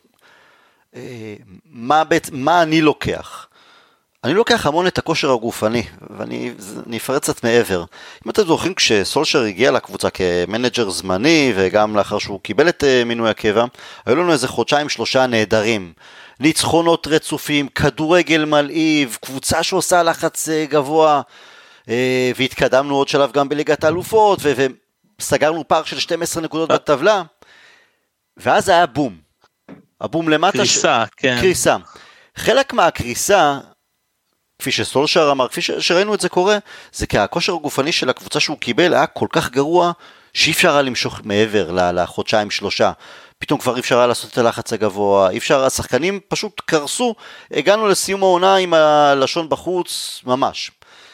מה, מה אני לוקח? אני לוקח המון את הכושר הגופני, ואני אפרט קצת מעבר. אם אתם זוכרים, כשסולשר הגיע לקבוצה כמנג'ר זמני, וגם לאחר שהוא קיבל את מינוי הקבע, היו לנו איזה חודשיים שלושה נהדרים. ניצחונות רצופים, כדורגל מלאיב, קבוצה שעושה לחץ גבוה, והתקדמנו עוד שלב גם בליגת האלופות, וסגרנו פער של שתים עשרה נקודות בטבלה, ואז היה בום. הבום למטה... קריסה, ש... כן. קריסה. חלק מהקריסה, כפי שסולשר אמר, כפי שראינו את זה קורה, זה כי הכושר הגופני של הקבוצה שהוא קיבל היה כל כך גרוע, שאי אפשר היה למשוך מעבר לחודשיים שלושה. פתאום כבר אי אפשר היה לעשות את הלחץ הגבוה, אי אפשר, השחקנים פשוט קרסו, הגענו לסיום העונה עם הלשון בחוץ, ממש.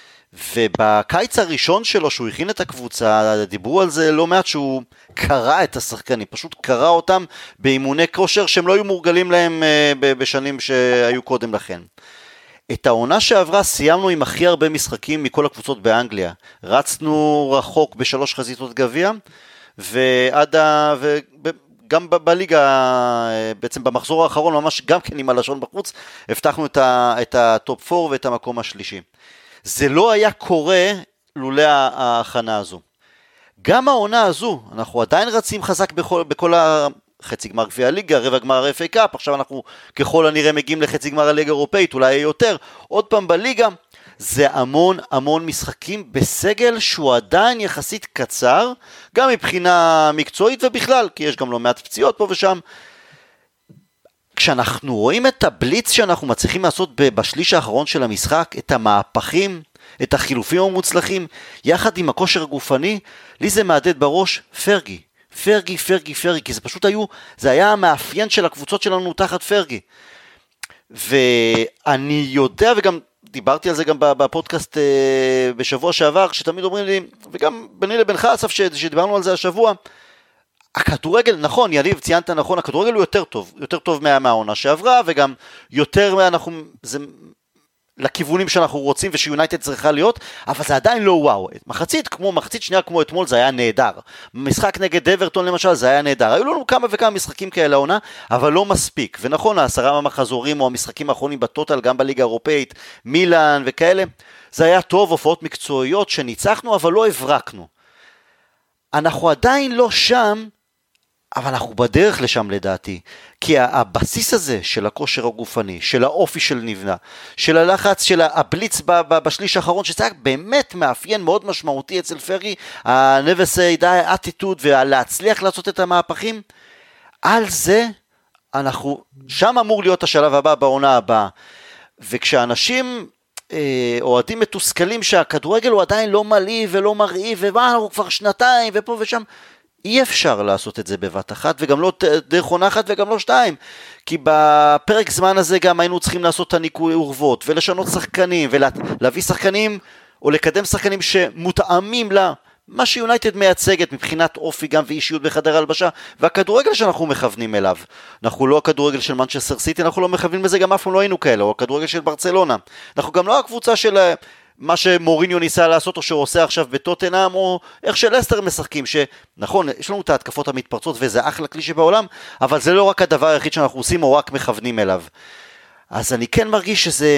ובקיץ הראשון שלו, שהוא הכין את הקבוצה, דיברו על זה לא מעט שהוא קרא את השחקנים, פשוט קרא אותם באימוני כושר שהם לא היו מורגלים להם בשנים שהיו קודם לכן. את העונה שעברה סיימנו עם הכי הרבה משחקים מכל הקבוצות באנגליה. רצנו רחוק בשלוש חזיתות גביע, ועד ה... וגם בליגה, בעצם במחזור האחרון, ממש גם כן עם הלשון בחוץ, הבטחנו את, ה... את הטופ ארבע ואת המקום השלישי. זה לא היה קורה לולא ההכנה הזו. גם העונה הזו, אנחנו עדיין רצים חזק בכל, בכל החצי גמר גביע הליגה, רבע גמר ה-אף איי קאפ, עכשיו אנחנו ככל הנראה מגיעים לחצי גמר הליגה האירופאית, אולי יותר, עוד פעם בליגה, זה המון המון משחקים בסגל שהוא עדיין יחסית קצר, גם מבחינה מקצועית ובכלל, כי יש גם לא מעט פציעות פה ושם. כשאנחנו רואים את הבליץ שאנחנו מצליחים לעשות בשליש האחרון של המשחק, את המהפכים, את החילופים המוצלחים, יחד עם הכושר הגופני, לי זה מעדד בראש פרגי, פרגי, פרגי, פרגי, כי זה פשוט היו, זה היה המאפיין של הקבוצות שלנו תחת פרגי. ואני יודע, וגם דיברתי על זה גם בפודקאסט בשבוע שעבר, שתמיד אומרים לי, וגם ביני לבינך אסף, שדיברנו על זה השבוע, הכדורגל, נכון, יניב, ציינת נכון, הכדורגל הוא יותר טוב, יותר טוב מה, מהעונה שעברה, וגם יותר אנחנו, זה לכיוונים שאנחנו רוצים, ושיונייטד צריכה להיות, אבל זה עדיין לא וואו. מחצית, כמו, מחצית שנייה כמו אתמול, זה היה נהדר. משחק נגד אברטון למשל, זה היה נהדר. היו לנו כמה וכמה משחקים כאלה העונה, אבל לא מספיק. ונכון, העשרה המחזורים, או המשחקים האחרונים בטוטל, גם בליגה האירופאית, מילאן וכאלה, זה היה טוב, הופעות מקצועיות שניצחנו, אבל לא הברקנו. אנחנו עדיין לא שם, אבל אנחנו בדרך לשם לדעתי, כי הבסיס הזה של הכושר הגופני, של האופי של נבנה, של הלחץ, של הבליץ בשליש האחרון, שזה באמת מאפיין מאוד משמעותי אצל פרי, הנבס ידע האטיטוד ולהצליח לעשות את המהפכים, על זה אנחנו, שם אמור להיות השלב הבא בעונה הבאה, וכשאנשים אוהדים מתוסכלים שהכדורגל הוא עדיין לא מלא ולא מראה, ומה אנחנו כבר שנתיים ופה ושם, אי אפשר לעשות את זה בבת אחת, וגם לא דרך עונה אחת וגם לא שתיים, כי בפרק זמן הזה גם היינו צריכים לעשות את הניקוי אורוות, ולשנות שחקנים, ולהביא שחקנים, או לקדם שחקנים שמותאמים לה, מה שיונייטד מייצגת מבחינת אופי גם ואישיות בחדר הלבשה, והכדורגל שאנחנו מכוונים אליו, אנחנו לא הכדורגל של מנצ'סטר סיטי, אנחנו לא מכוונים בזה, גם אף פעם לא היינו כאלה, או הכדורגל של ברצלונה, אנחנו גם לא הקבוצה של מה שמוריניו ניסה לעשות, או שהוא עושה עכשיו בטוטנהאם, או איך שלסטר משחקים, שנכון, יש לנו את ההתקפות המתפרצות, וזה אחלה כלי שבעולם, אבל זה לא רק הדבר היחיד שאנחנו עושים, או רק מכוונים אליו. אז אני כן מרגיש שזה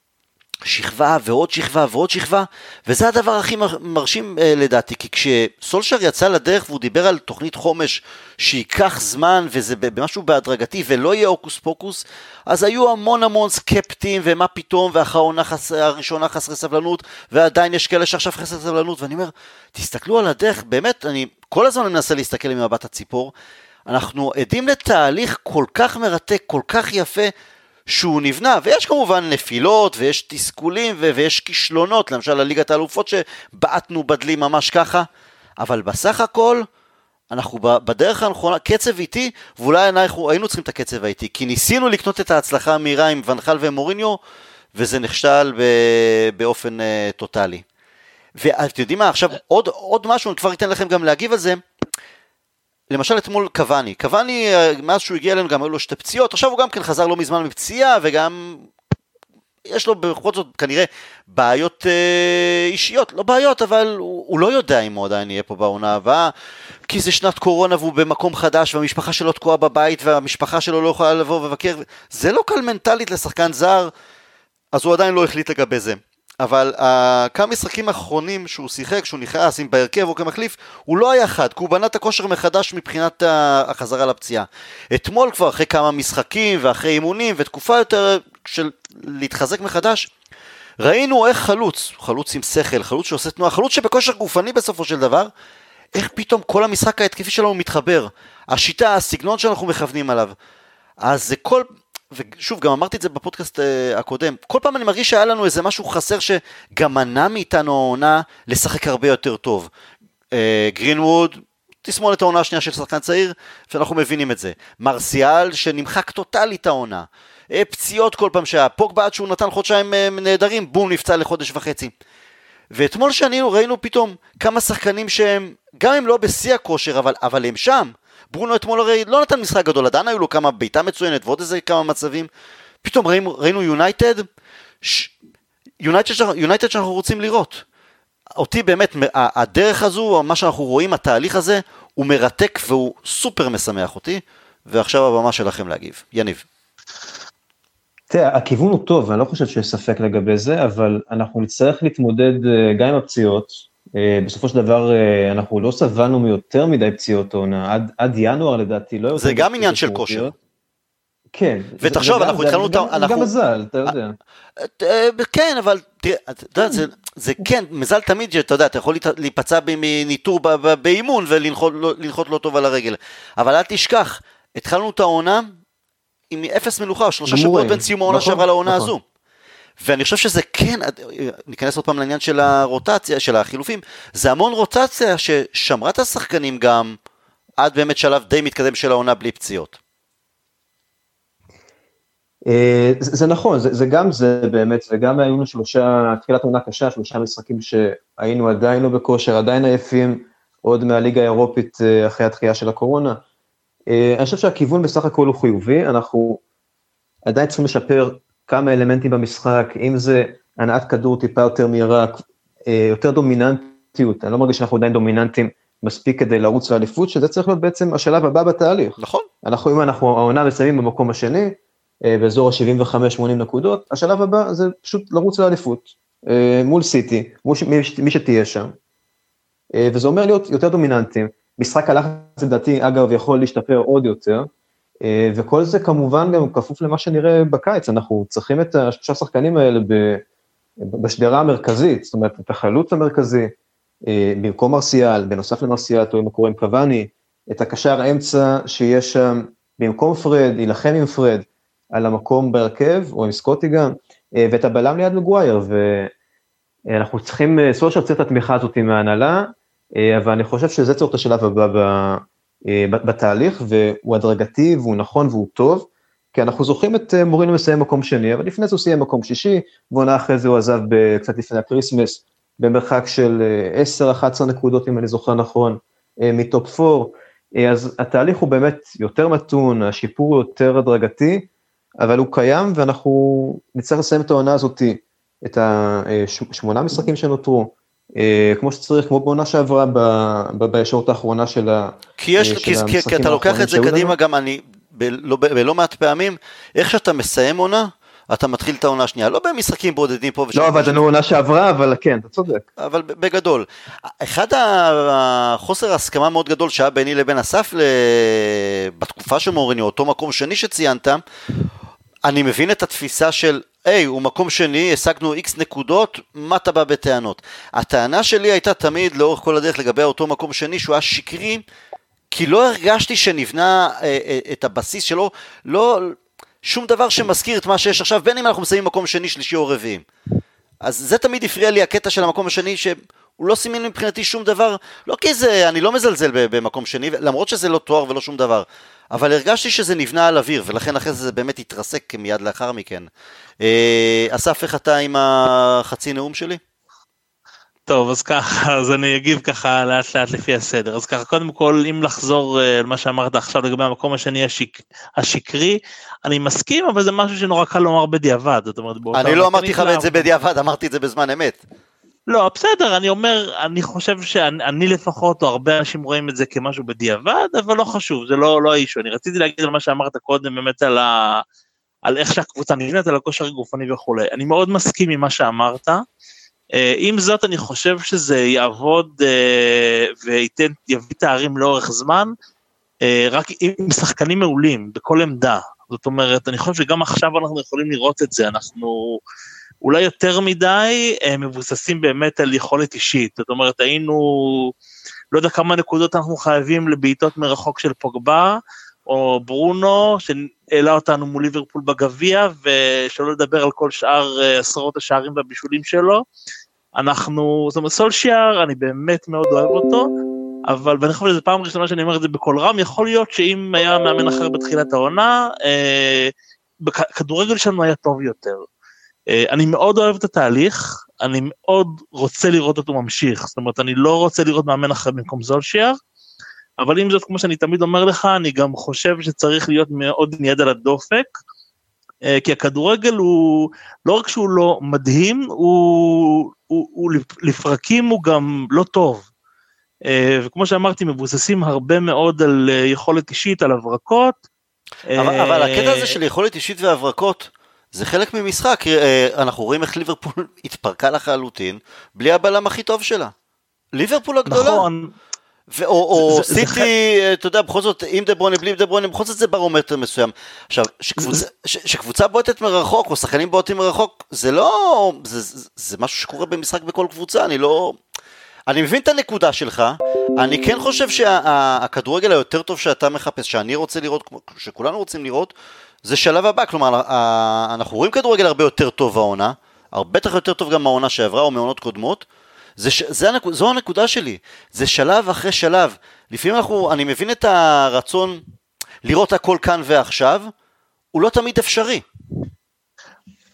שכבה ועוד שכבה ועוד שכבה, וזה הדבר הכי מרשים לדעתי, כי כשסולשר יצא לדרך והוא דיבר על תוכנית חומש שיקח זמן וזה במשהו בהדרגתי ולא יהיה אוקוס פוקוס, אז היו המון המון סקפטים ומה פתאום, והאחרונה הראשונה חסרי סבלנות, ועדיין יש כאלה שעכשיו חסרי סבלנות, ואני אומר, תסתכלו על הדרך, באמת, אני כל הזמן מנסה להסתכל ממבט הציפור, אנחנו עדים לתהליך כל כך מרתק, כל כך יפה, שהוא נבנה, ויש כמובן נפילות, ויש תסכולים, ו- ויש כישלונות, למשל הליגת האלופות שבעטנו בדלי ממש ככה, אבל בסך הכל, אנחנו בדרך הנכונה, קצב איטי, ואולי אנחנו היינו צריכים את הקצב האיטי, כי ניסינו לקנות את ההצלחה המהירה עם ונחל ומוריניו, וזה נכשל ב- באופן uh, טוטלי. ואתם יודעים מה, עכשיו עוד, עוד משהו, אני כבר אתן לכם גם להגיב על זה, למשל אתמול קוואני, קוואני מאז שהוא הגיע אלינו גם היו לו שתי פציעות, עכשיו הוא גם כן חזר לא מזמן מפציעה, וגם יש לו בכל זאת כנראה בעיות אה, אישיות, לא בעיות, אבל הוא, הוא לא יודע אם הוא עדיין יהיה פה בעונה הבאה, כי זה שנת קורונה והוא במקום חדש, והמשפחה שלו תקועה בבית, והמשפחה שלו לא יכולה לבוא ובקר, זה לא קל מנטלית לשחקן זר, אז הוא עדיין לא החליט לגבי זה. אבל uh, כמה משחקים האחרונים שהוא שיחק, שהוא נכנס עם בהרכב או כמחליף, הוא לא היה חד, כי הוא בנה את הכושר מחדש מבחינת uh, החזרה לפציעה. אתמול כבר אחרי כמה משחקים ואחרי אימונים ותקופה יותר של להתחזק מחדש, ראינו איך חלוץ, חלוץ עם שכל, חלוץ שעושה תנועה, חלוץ שבכושר גופני בסופו של דבר, איך פתאום כל המשחק ההתקפי שלנו מתחבר, השיטה, הסגנון שאנחנו מכוונים עליו. אז זה כל... ושוב, גם אמרתי את זה בפודקאסט uh, הקודם, כל פעם אני מרגיש שהיה לנו איזה משהו חסר שגם מנע מאיתנו העונה לשחק הרבה יותר טוב. Uh, גרינווד, תסמון את העונה השנייה של שחקן צעיר, שאנחנו מבינים את זה. מרסיאל שנמחק טוטלית העונה. Uh, פציעות כל פעם שהפוגבה עד שהוא נתן חודשיים uh, נהדרים, בום, נפצע לחודש וחצי. ואתמול שנינו ראינו פתאום כמה שחקנים שהם, גם הם לא בשיא הכושר, אבל, אבל הם שם. ברונו אתמול הרי לא נתן משחק גדול, עדיין היו לו כמה ביתה מצוינת ועוד איזה כמה מצבים, פתאום ראינו, ראינו יונייטד, ש... יונייטד, יונייטד שאנחנו רוצים לראות. אותי באמת, הדרך הזו, מה שאנחנו רואים, התהליך הזה, הוא מרתק והוא סופר משמח אותי, ועכשיו הבמה שלכם להגיב. יניב. תראה, הכיוון הוא טוב, אני לא חושב שיש ספק לגבי זה, אבל אנחנו נצטרך להתמודד גם עם הפציעות, בסופו של דבר אנחנו לא סבלנו מיותר מדי פציעות עונה, עד, עד ינואר לדעתי, לא זה גם עניין של כושר. כן. ותחשוב, אנחנו התחלנו... זה גם מזל, אתה יודע. כן, אבל תראה, זה כן, מזל תמיד, אתה יודע, אתה יכול להיפצע בניטור באימון ולנחות לא טוב על הרגל, אבל אל תשכח, התחלנו את העונה עם אפס מלוכה, שלושה שבועות בין סיום העונה שעברה לעונה הזו. ואני חושב שזה כן, ניכנס עוד פעם לעניין של הרוטציה, של החילופים, זה המון רוטציה ששמרה את השחקנים גם עד באמת שלב די מתקדם של העונה בלי פציעות. זה, זה נכון, זה, זה גם זה באמת, וגם היו לנו שלושה, תחילת עונה קשה, שלושה משחקים שהיינו עדיין לא בכושר, עדיין עייפים, עוד מהליגה האירופית אחרי התחייה של הקורונה. אני חושב שהכיוון בסך הכל הוא חיובי, אנחנו עדיין צריכים לשפר כמה אלמנטים במשחק, אם זה הנעת כדור טיפה יותר מהירה, יותר דומיננטיות, אני לא מרגיש שאנחנו עדיין דומיננטים מספיק כדי לרוץ לאליפות, שזה צריך להיות בעצם השלב הבא בתהליך. נכון. אנחנו, אם אנחנו העונה מסיימים במקום השני, באזור ה-שבעים וחמש שמונים נקודות, השלב הבא זה פשוט לרוץ לאליפות, מול סיטי, מול מי שתהיה שם, וזה אומר להיות יותר דומיננטים, משחק הלחץ לדעתי, אגב, יכול להשתפר עוד יותר, וכל זה כמובן גם כפוף למה שנראה בקיץ, אנחנו צריכים את השלושה שחקנים האלה בשדרה המרכזית, זאת אומרת, את החלוץ המרכזי, במקום מרסיאל, בנוסף למרסיאל, תואם הקורא עם קוואני, את הקשר האמצע שיש שם, במקום פרד, ילחם עם פרד, על המקום בהרכב, או עם סקוטי גם, ואת הבלם ליד מגווייר, ואנחנו צריכים, סושר צריך את התמיכה הזאת מההנהלה, אבל אני חושב שזה צריך את השלב הבא בתהליך, והוא הדרגתי, והוא נכון, והוא טוב, כי אנחנו זוכרים את מורינו מסיים מקום שני, אבל לפני זה הוא סיים מקום שישי, ועונה אחרי זה הוא עזב קצת לפני הקריסמס, במרחק של עשר אחת עשרה נקודות, אם אני זוכר נכון, מטופ ארבע, אז התהליך הוא באמת יותר מתון, השיפור הוא יותר הדרגתי, אבל הוא קיים, ואנחנו נצטרך לסיים את העונה הזאת, את השמונה משחקים שנותרו, כמו שצריך, כמו בעונה שעברה בישורת האחרונה של המשחקים האחרונים. כי אתה לוקח את זה קדימה, גם אני, בלא מעט פעמים, איך שאתה מסיים עונה, אתה מתחיל את העונה השנייה, לא במשחקים בודדים פה ושם. לא, אבל זה עונה שעברה, אבל כן, אתה צודק. אבל בגדול, אחד החוסר ההסכמה מאוד גדול שהיה ביני לבין אסף, בתקופה של מוריניו, אותו מקום שני שציינת, אני מבין את התפיסה של, היי, הוא מקום שני, השגנו איקס נקודות, מה אתה בא בטענות? הטענה שלי הייתה תמיד, לאורך כל הדרך, לגבי אותו מקום שני, שהוא היה שקרי, כי לא הרגשתי שנבנה את הבסיס שלו, לא, שום דבר שמזכיר את מה שיש עכשיו, בין אם אנחנו מסיימים מקום שני, שלישי או רביעים. אז זה תמיד הפריע לי הקטע של המקום השני, שהוא לא סימן מבחינתי שום דבר, לא כי זה, אני לא מזלזל במקום שני, למרות שזה לא תואר ולא שום דבר, אבל הרגשתי שזה נבנה על אוויר, ולכן אחרי זה באמת התרסק מיד לאחר מכן. אסף, איך אתה עם החצי נאום שלי? טוב, אז ככה, אז אני אגיב ככה לאט לאט לפי הסדר. אז ככה, קודם כל, אם לחזור למה שאמרת עכשיו לגבי המקום השני השיק, השקרי, אני מסכים, אבל זה משהו שנורא קל לומר בדיעבד. זאת אומרת, אני לא אמרתי לך את זה בדיעבד, אמרתי את זה בזמן אמת. לא, בסדר, אני אומר, אני חושב שאני לפחות, או הרבה אנשים רואים את זה כמשהו בדיעבד, אבל לא חשוב, זה לא, לא האישו. אני רציתי להגיד על מה שאמרת קודם, באמת על, ה, על איך שהקבוצה נבנית, על הכושר גופני וכו'. אני מאוד מסכים עם מה שאמרת, עם זאת אני חושב שזה יעבוד וייתן, יביא תארים לאורך זמן, רק עם שחקנים מעולים, בכל עמדה. זאת אומרת, אני חושב שגם עכשיו אנחנו יכולים לראות את זה, אנחנו אולי יותר מדי מבוססים באמת על יכולת אישית, זאת אומרת, היינו, לא יודע כמה נקודות אנחנו חייבים לבעיטות מרחוק של פוגבה, או ברונו, שהעלה אותנו מול ליברפול בגביע, ושלא לדבר על כל שאר עשרות השערים והבישולים שלו, אנחנו, זאת אומרת, סולשייר, אני באמת מאוד אוהב אותו, אבל, ואני חושב שזו פעם ראשונה שאני אומר את זה בכל רם, יכול להיות שאם היה מאמן אחר בתחילת העונה, אה, בכדורגל שלנו היה טוב יותר. אה, אני מאוד אוהב את התהליך, אני מאוד רוצה לראות אותו ממשיך, זאת אומרת, אני לא רוצה לראות מאמן אחר במקום סולשייר, אבל עם זאת, כמו שאני תמיד אומר לך, אני גם חושב שצריך להיות מאוד עם יד על הדופק, כי הכדורגל הוא, לא רק שהוא לא מדהים, הוא, הוא, הוא לפרקים הוא גם לא טוב. וכמו שאמרתי, מבוססים הרבה מאוד על יכולת אישית, על הברקות. אבל, אבל הקטע הזה של יכולת אישית והברקות, זה חלק ממשחק. אנחנו רואים איך ליברפול התפרקה לחלוטין, בלי הבלם הכי טוב שלה. ליברפול הגדולה. נכון. ו- או, או זה, סיטי, זה... אתה יודע, בכל זאת, עם דברוני, בלי דברוני, בכל זאת זה ברומטר מסוים. עכשיו, שקבוצה, זה... ש- שקבוצה בועטת מרחוק, או שחקנים בועטים מרחוק, זה לא, זה, זה, זה משהו שקורה במשחק בכל קבוצה, אני לא, אני מבין את הנקודה שלך, אני כן חושב שהכדורגל שה- היותר טוב שאתה מחפש, שאני רוצה לראות, שכולנו רוצים לראות, זה שלב הבא, כלומר, אנחנו רואים כדורגל הרבה יותר טוב העונה, הרבה יותר טוב גם מהעונה שעברה, או מעונות קודמות, זה, זה הנקוד, זו הנקודה שלי, זה שלב אחרי שלב, לפעמים אנחנו, אני מבין את הרצון לראות הכל כאן ועכשיו, הוא לא תמיד אפשרי,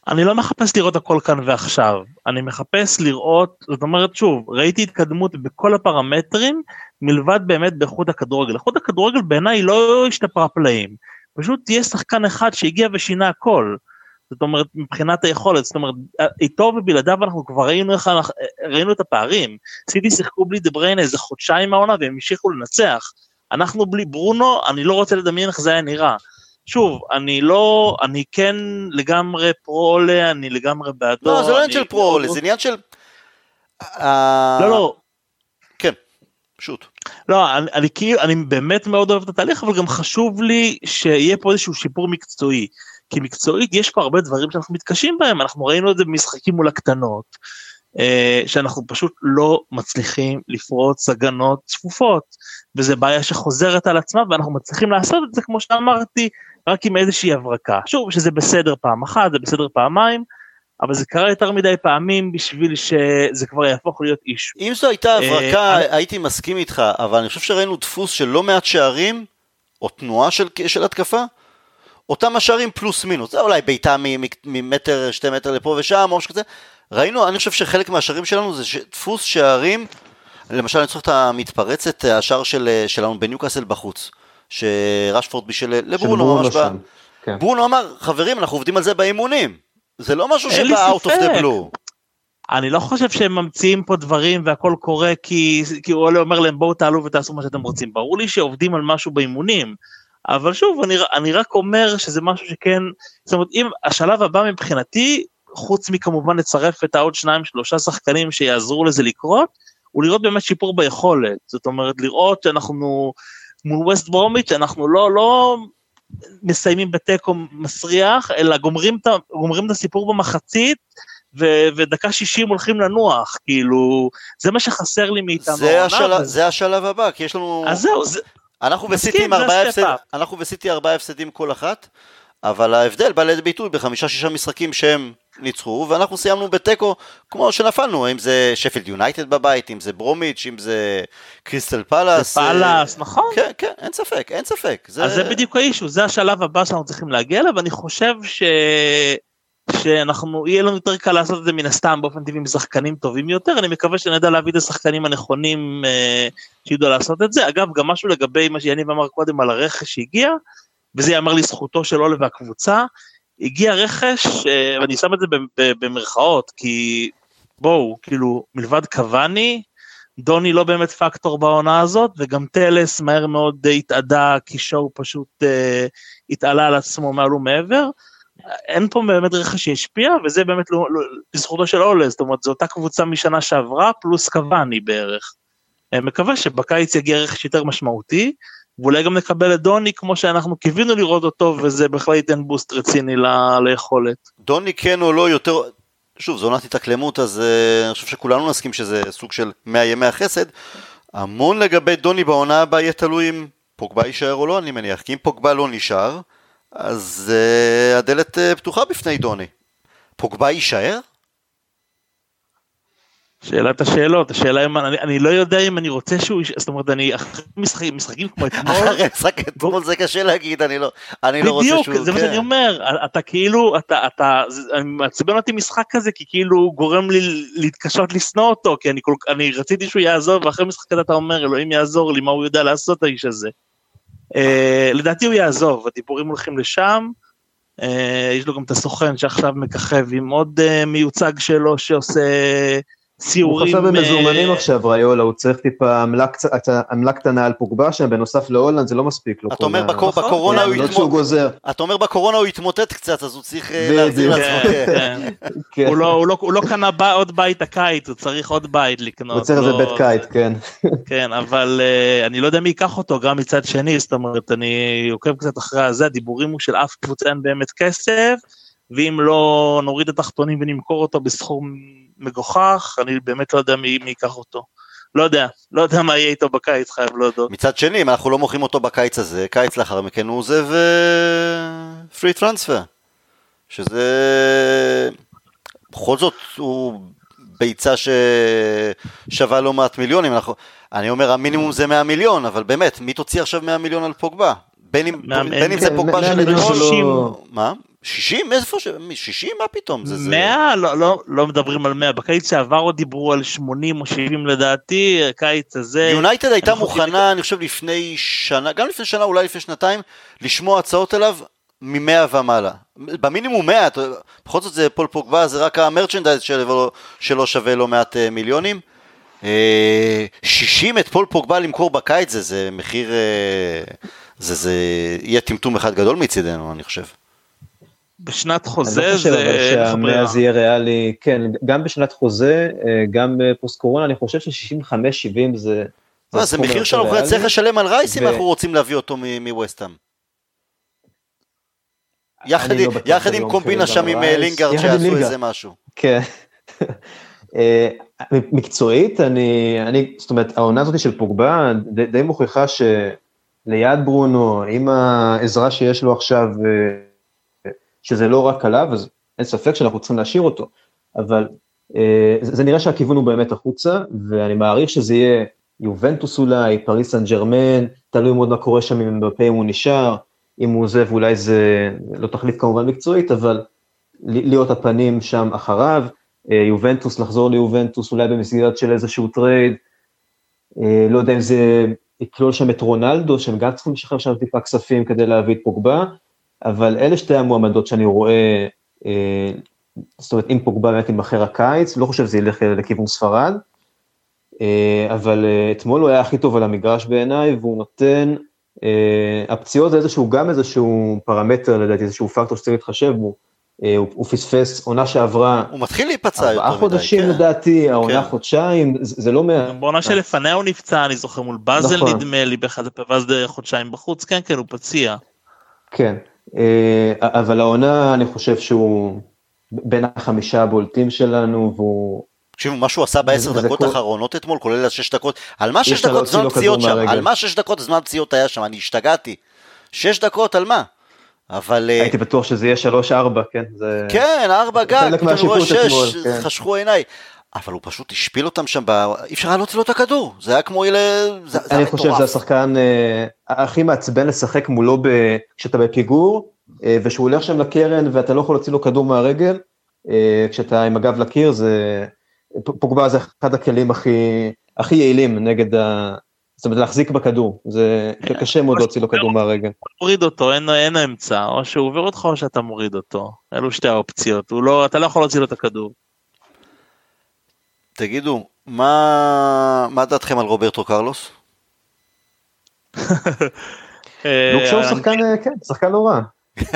אני לא מחפש לראות הכל כאן ועכשיו, אני מחפש לראות, זאת אומרת שוב, ראיתי התקדמות בכל הפרמטרים, מלבד באמת באיכות הכדורגל. איכות הכדורגל בעיניי לא השתפרה פלאים, פשוט תהיה שחקן אחד שהגיע ושינה הכל, זאת אומרת מבחינת היכולת, זאת אומרת איתו ובלעדיו אנחנו כבר ראינו, איך, ראינו את הפערים, סיטי שיחקו בלי דה בריינה איזה חודשיים מהעונה והם המשיכו לנצח, אנחנו בלי ברונו, אני לא רוצה לדמיין איך זה היה נראה, שוב, אני לא, אני כן לגמרי פרו-עולה, אני לגמרי בעדו. לא, זה לא עניין של פרו-עולה, זה עניין של... לא, לא. כן, פשוט. לא, אני, אני, כאילו, אני באמת מאוד אוהב את התהליך, אבל גם חשוב לי שיהיה פה איזשהו שיפור מקצועי, כי מקצועית יש פה הרבה דברים שאנחנו מתקשים בהם, אנחנו ראינו את זה במשחקים מול הקטנות, שאנחנו פשוט לא מצליחים לפרוץ הגנות צפופות, וזה בעיה שחוזרת על עצמה, ואנחנו מצליחים לעשות את זה, כמו שאמרתי, רק עם איזושהי הברקה. שוב, שזה בסדר פעם אחת, זה בסדר פעמיים, אבל זה קרה יותר מדי פעמים, בשביל שזה כבר יהפוך להיות אישו. אם זו הייתה הברקה, הייתי מסכים איתך, אבל אני חושב שראינו דפוס של לא מעט שערים, או תנועה של, של התקפה, אותם השערים פלוס מינוס, זה אולי ביתה ממטר, שתי מטר לפה ושם, או משהו כזה, ראינו, אני חושב שחלק מהשערים שלנו זה דפוס שערים, למשל אני צריך את המתפרצת, השער של, שלנו בניוקאסל בחוץ, שרשפורד בישל לברונו, ממש בא, כן. ברונו אמר, חברים, אנחנו עובדים על זה באימונים, זה לא משהו שבא out of the blue. אני לא חושב שהם ממציאים פה דברים והכל קורה, כי, כי הוא אומר להם, בואו תעלו ותעשו מה שאתם רוצים, ברור לי שעובדים על משהו באימונים, אבל שוב, אני, אני רק אומר שזה משהו שכן, זאת אומרת, אם השלב הבא מבחינתי, חוץ מכמובן לצרף את העוד שניים, שלושה שחקנים שיעזרו לזה לקרות, הוא לראות באמת שיפור ביכולת, זאת אומרת, לראות שאנחנו, מול ווסט ברומיץ', אנחנו לא, לא מסיימים בטקו מסריח, אלא גומרים, גומרים את הסיפור במחצית, ו- ודקה שישים הולכים לנוח, כאילו, זה מה שחסר לי מאיתנו. זה, השל... זה השלב הבא, כי יש לנו... אז זהו, זה... אנחנו בסיטי עם ארבעה הפסדים, אנחנו בסיטי ארבעה הפסדים כל אחת, אבל ההבדל בא לידי ביטוי בחמישה שישה משחקים שהם ניצחו, ואנחנו סיימנו בטקו כמו שנפלנו, אם זה שפילד יונייטד בבית, אם זה ברומיץ', אם זה קריסטל פלאס. זה פלאס, נכון. כן, כן, אין ספק, אין ספק. אז זה בדיוק האישו, זה השלב הבא שאנחנו צריכים להגיע אליו, ואני חושב ש... שאנחנו, יהיה לנו יותר קל לעשות את זה מן הסתם באופן טבעי עם שחקנים טובים יותר, אני מקווה שנדע להביא את השחקנים הנכונים אה, שידעו לעשות את זה, אגב גם משהו לגבי מה שיניב אמר קודם על הרכש שהגיע, וזה יאמר לזכותו של אולה והקבוצה, הגיע רכש, אה, ואני שם את זה במרכאות, כי בואו, כאילו מלבד קוואני, דוני לא באמת פקטור בעונה הזאת, וגם טלס מהר מאוד התעדה, כי שואו פשוט אה, התעלה על עצמו מעל ומעבר, אין פה באמת רכש שהשפיע, וזה באמת לא, לא, לזכותו של אולה, זאת אומרת, זו אותה קבוצה משנה שעברה, פלוס קוואני בערך. אני מקווה שבקיץ יגיע רכש יותר משמעותי, ואולי גם נקבל את דוני, כמו שאנחנו קיווינו לראות אותו, וזה בכלל ייתן בוסט רציני ל- ליכולת. דוני כן או לא יותר, שוב, זו עונת התאקלמות, אז uh, אני חושב שכולנו נסכים שזה סוג של מאה ימי החסד, המון לגבי דוני בעונה הבאה יהיה תלוי אם פוגבה יישאר או לא, אני מניח, כי אם פוגבה לא נשאר, אז uh, הדלת uh, פתוחה בפני דוני. פוגבה יישאר? שאלת השאלות, השאלה אם אני, אני לא יודע אם אני רוצה שהוא, זאת אומרת, אני אחרי משחקים, משחקים כמו אתמול. אחרי משחק אתמול זה קשה להגיד, אני לא, אני לא רוצה שהוא... בדיוק, זה מה שאני אומר, אתה כאילו, אתה, אתה, אני מעצבן אותי משחק כזה, כי כאילו גורם לי להתקשות לשנוא אותו, כי אני, אני רציתי שהוא יעזור, ואחרי משחק כזה אתה אומר, אלוהים יעזור לי, מה הוא יודע לעשות האיש הזה. לדעתי הוא יעזוב, הדיבורים הולכים לשם, יש לו גם את הסוכן שעכשיו מככב עם עוד מיוצג שלו שעושה סיורים. הוא חסר במזומנים עכשיו ראיולה, הוא צריך טיפה עמלה קטנה על פוגבה שם, בנוסף להולנד זה לא מספיק לו. אתה אומר בקורונה הוא יתמוטט, אתה אומר בקורונה הוא יתמוטט קצת, אז הוא צריך להחזיר לעצמו. הוא לא קנה עוד בית הקיץ, הוא צריך עוד בית לקנות. הוא צריך איזה בית קיץ, כן. כן, אבל אני לא יודע מי ייקח אותו, גם מצד שני, זאת אומרת, אני עוקב קצת אחרי הזה, הדיבורים הוא של אף קבוצה אין באמת כסף, ואם לא נוריד את התחתונים ונמכור אותו בסכום מגוחך, אני באמת לא יודע מי, מי ייקח אותו. לא יודע, לא יודע מה יהיה איתו בקיץ, חייב להודות. מצד שני, אם אנחנו לא מוכרים אותו בקיץ הזה, קיץ לאחר מכן הוא עוזב פרי טרנספר, שזה בכל זאת הוא ביצה ששווה לא מעט מיליונים, אנחנו... אני אומר המינימום זה מאה מיליון, אבל באמת, מי תוציא עכשיו מאה מיליון על פוגבה? בין אם, בין אם זה פוגבה של... שישים... מה? שישים? איפה ש... שישים? מה פתאום? זה, מאה? זה... לא, לא, לא מדברים על מאה, בקיץ שעבר עוד דיברו על שמונים או שבעים לדעתי, הקיץ הזה... יונייטד הייתה מוכנה, אני חושב לפני שנה, גם לפני שנה, אולי לפני שנתיים, לשמוע הצעות אליו מ-מאה ומעלה. במינימום מאה, בכל זאת זה פול פוגבה, זה רק המרצ'נדייז שלו, שלו שווה לו מעט מיליונים. שישים את פול פוגבה למכור בקיץ, זה, זה מחיר, זה, זה יהיה טמטום אחד גדול מצידנו, אני חושב. בשנת חוזה אני לא חושב, זה... אבל שהמאה זה יהיה ריאלי, כן, גם בשנת חוזה, גם פוסט קורונה, אני חושב ש-שישים וחמש שבעים זה... זה, זה מחיר שאנחנו צריך לשלם על רייס, ו... אם אנחנו רוצים להביא אותו מווסטהאם. יחד, לא יחד עם קומבינה שם עם לינגארד שעשו איזה משהו. כן. מקצועית, אני, אני, זאת אומרת, העונה הזאת של פוגבה די, די מוכיחה שליד ברונו, עם העזרה שיש לו עכשיו, שזה לא רק עליו, אז אין ספק שאנחנו צריכים להשאיר אותו, אבל זה, זה נראה שהכיוון הוא באמת החוצה, ואני מעריך שזה יהיה יובנטוס אולי, פריס סן ג'רמן, תלוי מאוד מה קורה שם עם אמבפה אם הוא נשאר, אם הוא עוזב אולי זה לא תחליף כמובן מקצועית, אבל להיות הפנים שם אחריו, יובנטוס, לחזור ליובנטוס, אולי במסגרת של איזשהו טרייד, לא יודע אם זה יקלול שם את רונלדו, שהם גם צריכים לשחרר שם טיפה כספים כדי להביא את פוגבה, אבל אלה שתי המועמדות שאני רואה, זאת אומרת, אם פוגבה באמת ימחר הקיץ, לא חושב שזה ילך לכיוון ספרד, אבל אתמול הוא היה הכי טוב על המגרש בעיניי, והוא נותן, הפציעות זה איזשהו, גם איזשהו פרמטר, לדעתי, איזשהו פקטור שצריך להתחשב בו, הוא פספס עונה שעברה, הוא מתחיל להיפצע יותר מדי, ארבעה חודשים לדעתי, העונה חודשיים, זה לא מה... בעונה שלפניה הוא נפצע, אני זוכר מול באזל נדמה לי, באחד הפבאז חודשיים בחוץ, כן, כן, הוא פציע. כן, אבל העונה אני חושב שהוא בין החמישה הבולטים שלנו, והוא... תקשיבו, מה שהוא עשה בעשר דקות האחרונות אתמול, כולל השש דקות, על מה שש דקות זמן פציעות שם, על מה שש דקות זמן פציעות היה שם, אני השתגעתי, שש דקות על מה? אבל... הייתי בטוח שזה יהיה שלוש ארבע, כן? כן, ארבע גג, פתאום רואה שש, חשכו עיניי. אבל הוא פשוט השפיל אותם שם, אי אפשר להעלות לו את הכדור, זה היה כמו אלה... אני חושב שזה השחקן הכי מעצבן לשחק מולו כשאתה בפיגור, ושהוא הולך שם לקרן ואתה לא יכול להוציא לו כדור מהרגל, כשאתה עם הגב לקיר, זה... פוגבה זה אחד הכלים הכי יעילים נגד ה... זאת אומרת, להחזיק בכדור, זה קשה מאוד להוציא לו כדור מהרגל. מוריד אותו, אין האמצע, או שהוא עובר אותך או שאתה מוריד אותו, אלו שתי האופציות, אתה לא יכול להוציא לו את הכדור. תגידו, מה דעתכם על רוברטו קרלוס? לוקשו שחקן, כן, שחקן לא רע.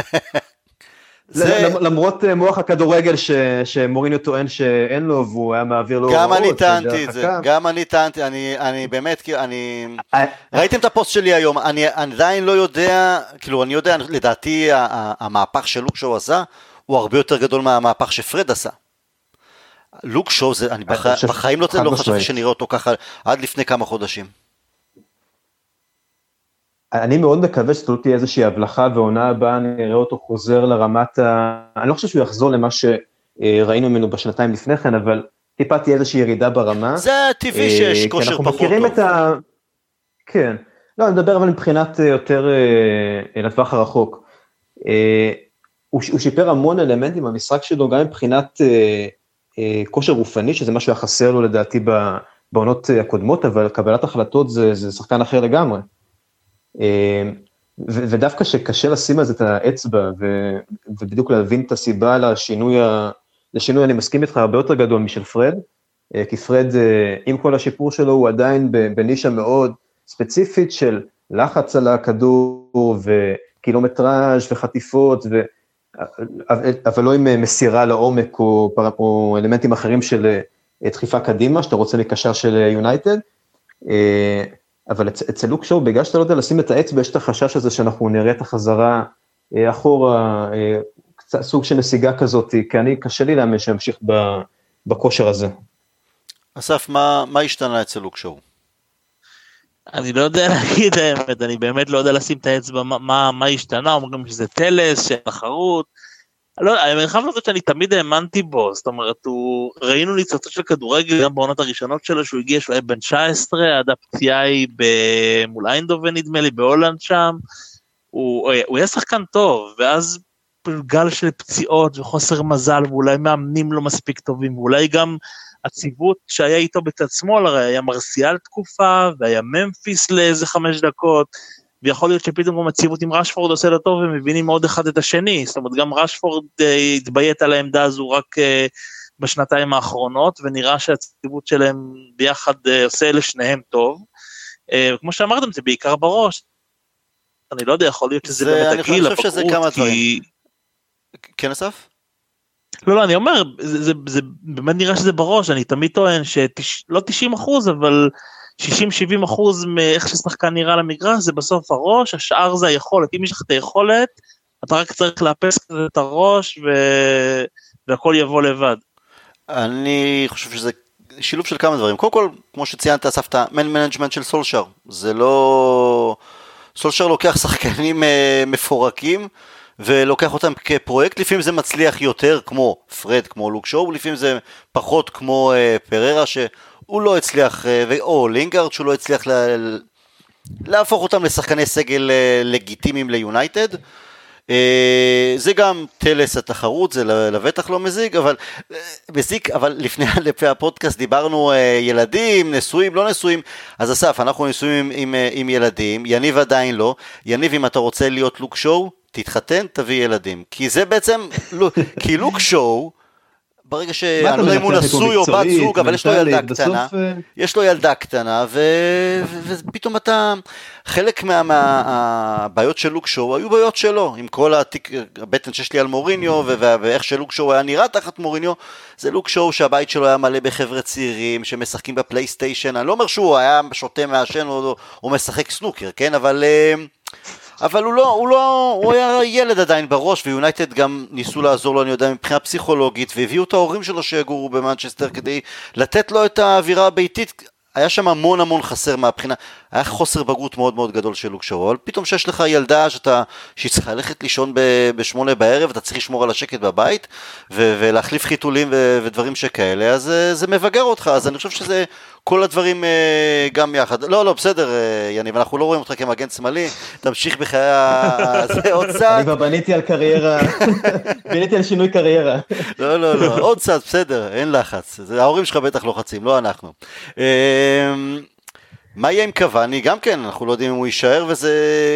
למרות מוח הכדורגל שמוריניו טוען שאין לו, והוא היה מעביר לו... גם אני טענתי את זה, גם אני טענתי, אני באמת, אני... ראיתם את הפוסט שלי היום, אני עדיין לא יודע, כאילו אני יודע, לדעתי המהפך שלוקשו עשה, הוא הרבה יותר גדול מהמהפך שפרד עשה. לוקשו, אני בחיים לא חשבתי שנראה אותו ככה, עד לפני כמה חודשים. אני מאוד מקווה שזו תהיה איזושהי הבלחה, ועונה הבאה נראה אותו חוזר לרמת ה... אני לא חושב שהוא יחזור למה שראינו ממנו בשנתיים לפני כן, אבל טיפה תהיה איזושהי ירידה ברמה. זה טבעי שיש כושר פחות טוב. ה... כן. לא, אני מדבר אבל מבחינת יותר לטווח הרחוק. הוא שיפר המון אלמנטים במשחק שלו, גם מבחינת כושר רופני, שזה משהו החסר לו לדעתי בעונות הקודמות, אבל קבלת החלטות זה, זה שחקן אחר לגמרי. ודווקא שקשה לשים על זה את האצבע, ובדיוק להבין את הסיבה לשינוי, לשינוי אני מסכים איתך הרבה יותר גדול משל פרד, כי פרד עם כל השיפור שלו הוא עדיין בנישה מאוד ספציפית של לחץ על הכדור וקילומטראז' וחטיפות, ו... אבל לא עם מסירה לעומק או, או אלמנטים אחרים של דחיפה קדימה, שאתה רוצה לקשר של יונייטד, אבל אצל לוקשו, בגלל שאתה לא יודע לשים את האצבע, יש את החשש הזה שאנחנו נראה את החזרה אחורה, סוג של נסיגה כזאת, כי אני קשה לי להאמין שימשיך בכושר הזה. אסף, מה, מה השתנה אצל לוקשו? אני לא יודע להגיד האמת, אני באמת לא יודע לשים את האצבע, מה, מה, מה השתנה, אומרים שזה טלס, שתחרות, לא, המרחב הזה שאני תמיד האמנתי בו, זאת אומרת, הוא, ראינו ניצוצות של כדורגל, גם בעונות הראשונות שלו, שהוא הגיע, שהוא היה בן תשע עשרה, עד הפציעה היא מול איינדובן נדמה לי, בהולנד שם, הוא, הוא היה שחקן טוב, ואז גל של פציעות וחוסר מזל, ואולי מאמנים לא מספיק טובים, ואולי גם הציוות שהיה איתו בצד שמאל, הרי היה מרסיאל תקופה, והיה ממפיס לאיזה חמש דקות, ויכול להיות שפתאום גם הציוות עם רשפורד עושה לו טוב, ומבינים עוד אחד את השני, זאת אומרת, גם רשפורד אה, התביית על העמדה הזו רק אה, בשנתיים האחרונות, ונראה שהציוות שלהם ביחד אה, עושה לשניהם טוב, אה, כמו שאמרתם, זה בעיקר בראש, אני לא יודע, יכול להיות שזה זה, באמת הגיל, אני חושב שזה כמה כי... דברים. כן, אסף? לא, לא, אני אומר, זה, זה, זה באמת נראה שזה בראש, אני תמיד טוען שלא תשעים אחוז, אבל שישים שבעים אחוז מאיך ששחקן נראה למגרש, זה בסוף הראש, השאר זה היכולת, אם יש לך את היכולת, אתה רק צריך לאפס את הראש, ו... והכל יבוא לבד. אני חושב שזה שילוב של כמה דברים, קודם כל, כמו שציינת, אסף, את המנג'מנט של סולשר, זה לא... סולשר לוקח שחקנים מפורקים, ולוקח אותם כפרויקט, לפעמים זה מצליח יותר, כמו פרד, כמו לוק שואו, לפעמים זה פחות כמו פררה, שהוא לא הצליח, או לינגארד, שהוא לא הצליח להפוך אותם לשחקני סגל לגיטימיים ליונייטד, זה גם טלס התחרות, זה לבטח לא מזיק, אבל מזיק, אבל לפני הפודקאסט דיברנו ילדים, נשואים, לא נשואים, אז אסף, אנחנו נשואים עם, עם ילדים, יניב עדיין לא, יניב אם אתה רוצה להיות לוק שואו, תתחתן, תביא ילדים, כי זה בעצם, כי לוק שואו, ברגע שאני לא יודע אם הוא נשוי או בת זוג, אבל יש לו ילדה קטנה, יש לו ילדה קטנה, ופתאום אתה, חלק מהבעיות של לוק שואו, היו בעיות שלו, עם כל הבטן שיש לי על מוריניו, ואיך שלוק שואו היה נראה תחת מוריניו, זה לוק שואו שהבית שלו היה מלא בחבר'ה צעירים, שמשחקים בפלייסטיישן, אני לא אומר שהוא היה שותה מעשן, או משחק סנוקר, כן, אבל... אבל הוא לא, הוא לא, הוא היה ילד עדיין בראש, ויונייטד גם ניסו לעזור לו, אני יודע, מבחינה פסיכולוגית, והביאו את ההורים שלו שיגורו במנצ'סטר, כדי לתת לו את האווירה הביתית, היה שם המון המון חסר מהבחינה, היה חוסר בגרות מאוד מאוד גדול של לוק שואו, אבל פתאום שיש לך ילדה שאתה, שהיא צריכה ללכת לישון בשמונה בערב, אתה צריך לשמור על השקט בבית, ו- ולהחליף חיתולים ו- ודברים שכאלה, אז זה מבגר אותך, אז אני חושב שזה כל הדברים גם יחד. לא, לא, בסדר, יניב, אנחנו לא רואים אותך כמגן שמאלי, תמשיך בחיי זה עוד צעד. אני כבר בניתי על קריירה, בניתי על שינוי קריירה. לא, לא, לא, עוד צעד, בסדר, אין לחץ. ההורים שלך בטח לוחצים, לא אנחנו. מה יהיה עם קוואני? גם כן, אנחנו לא יודעים אם הוא יישאר, וזה...